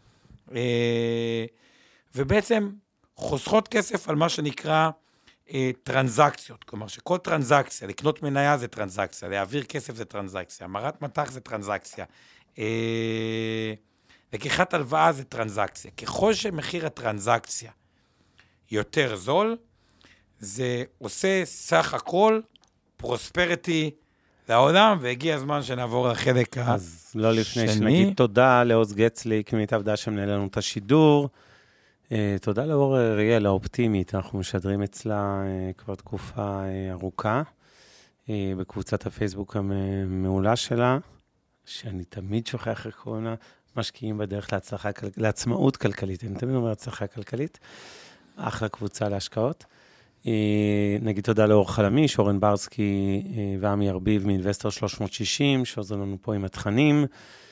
ובעצם חוסכות כסף על מה שנקרא טרנזקציות, כלומר שכל טרנזקציה, לקנות מניה זה טרנזקציה, להעביר כסף זה טרנזקציה, המרת מטח זה טרנזקציה, לקיחת הלוואה זה טרנזקציה. ככל שמחיר הטרנזקציה יותר זול, זה עושה סך הכל פרוספריטי לעולם, והגיע הזמן שנעבור לחלק השני. אז לא לפני שנגיד תודה לעוז גצליק, מיטב דעה שמנהל לנו את השידור. תודה לאור אריאל האופטימית, אנחנו משדרים אצלה כבר תקופה ארוכה, בקבוצת הפייסבוק המעולה שלה, שאני תמיד שוכח איך קוראים לה, משקיעים בדרך להצלחה, לעצמאות כלכלית, אני תמיד אומר הצלחה כלכלית, אחלה קבוצה להשקעות. נגיד תודה לאור חלמיש, אורן ברסקי ועמי ארביב מאינבסטור שלוש מאות שישים, שעוזר לנו פה עם התכנים.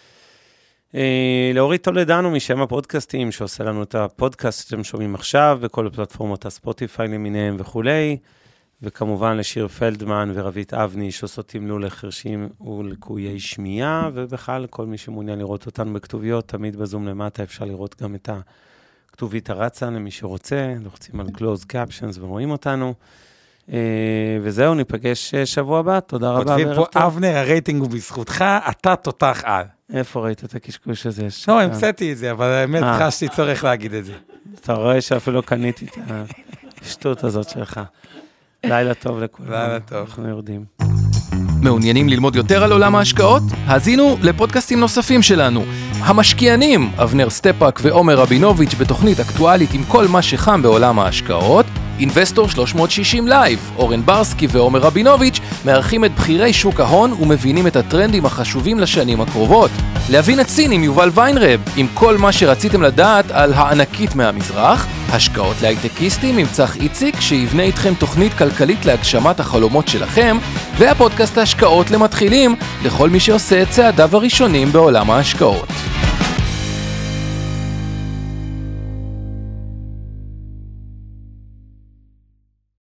לאורית תולדנו משם הפודקאסטים, שעושה לנו את הפודקאסט שאתם שומעים עכשיו, בכל הפלטפורמות הספוטיפיי למיניהם וכולי. וכמובן לשיר פלדמן ורבית אבני, שעושות תמלול לחרשים ולקויי שמיעה, ובכלל כל מי שמעוניין לראות אותנו בכתוביות, תמיד בזום למטה אפשר לראות גם את הכתובית הרצה, למי שרוצה, לוחצים על closed captions ורואים אותנו. וזהו, ניפגש שבוע הבא, תודה רבה. כותבים פה, אבנר, הרייטינג הוא בזכותך, אתה תותח על. איפה ראית את הקשקוש הזה? לא, המצאתי את זה, אבל האמת חשתי צורך להגיד את זה. אתה רואה שאפילו קניתי את השטות הזאת שלך. לילה טוב לכולם. לילה טוב. אנחנו יורדים. מעוניינים ללמוד יותר על עולם ההשקעות? האזינו לפודקאסטים נוספים שלנו. המשקיענים, אבנר סטפאק ועומר רבינוביץ' בתוכנית אקטואלית עם כל מה שחם בעולם ההשקעות. אינבסטור שלוש מאות שישים לייב, אורן ברסקי ועומר רבינוביץ' מארחים את בחירי שוק ההון ומבינים את הטרנדים החשובים לשנים הקרובות. להבין את סין עם יובל ויינרב, עם כל מה שרציתם לדעת על הענקית מהמזרח. השקעות להייטקיסטים עם צח איציק, שיבנה איתכם תוכנית כלכלית להגשמת החלומות שלכם. והפודקאסט ההשקעות למתחילים, לכל מי שעושה את צעדיו הראשונים בעולם ההשקעות.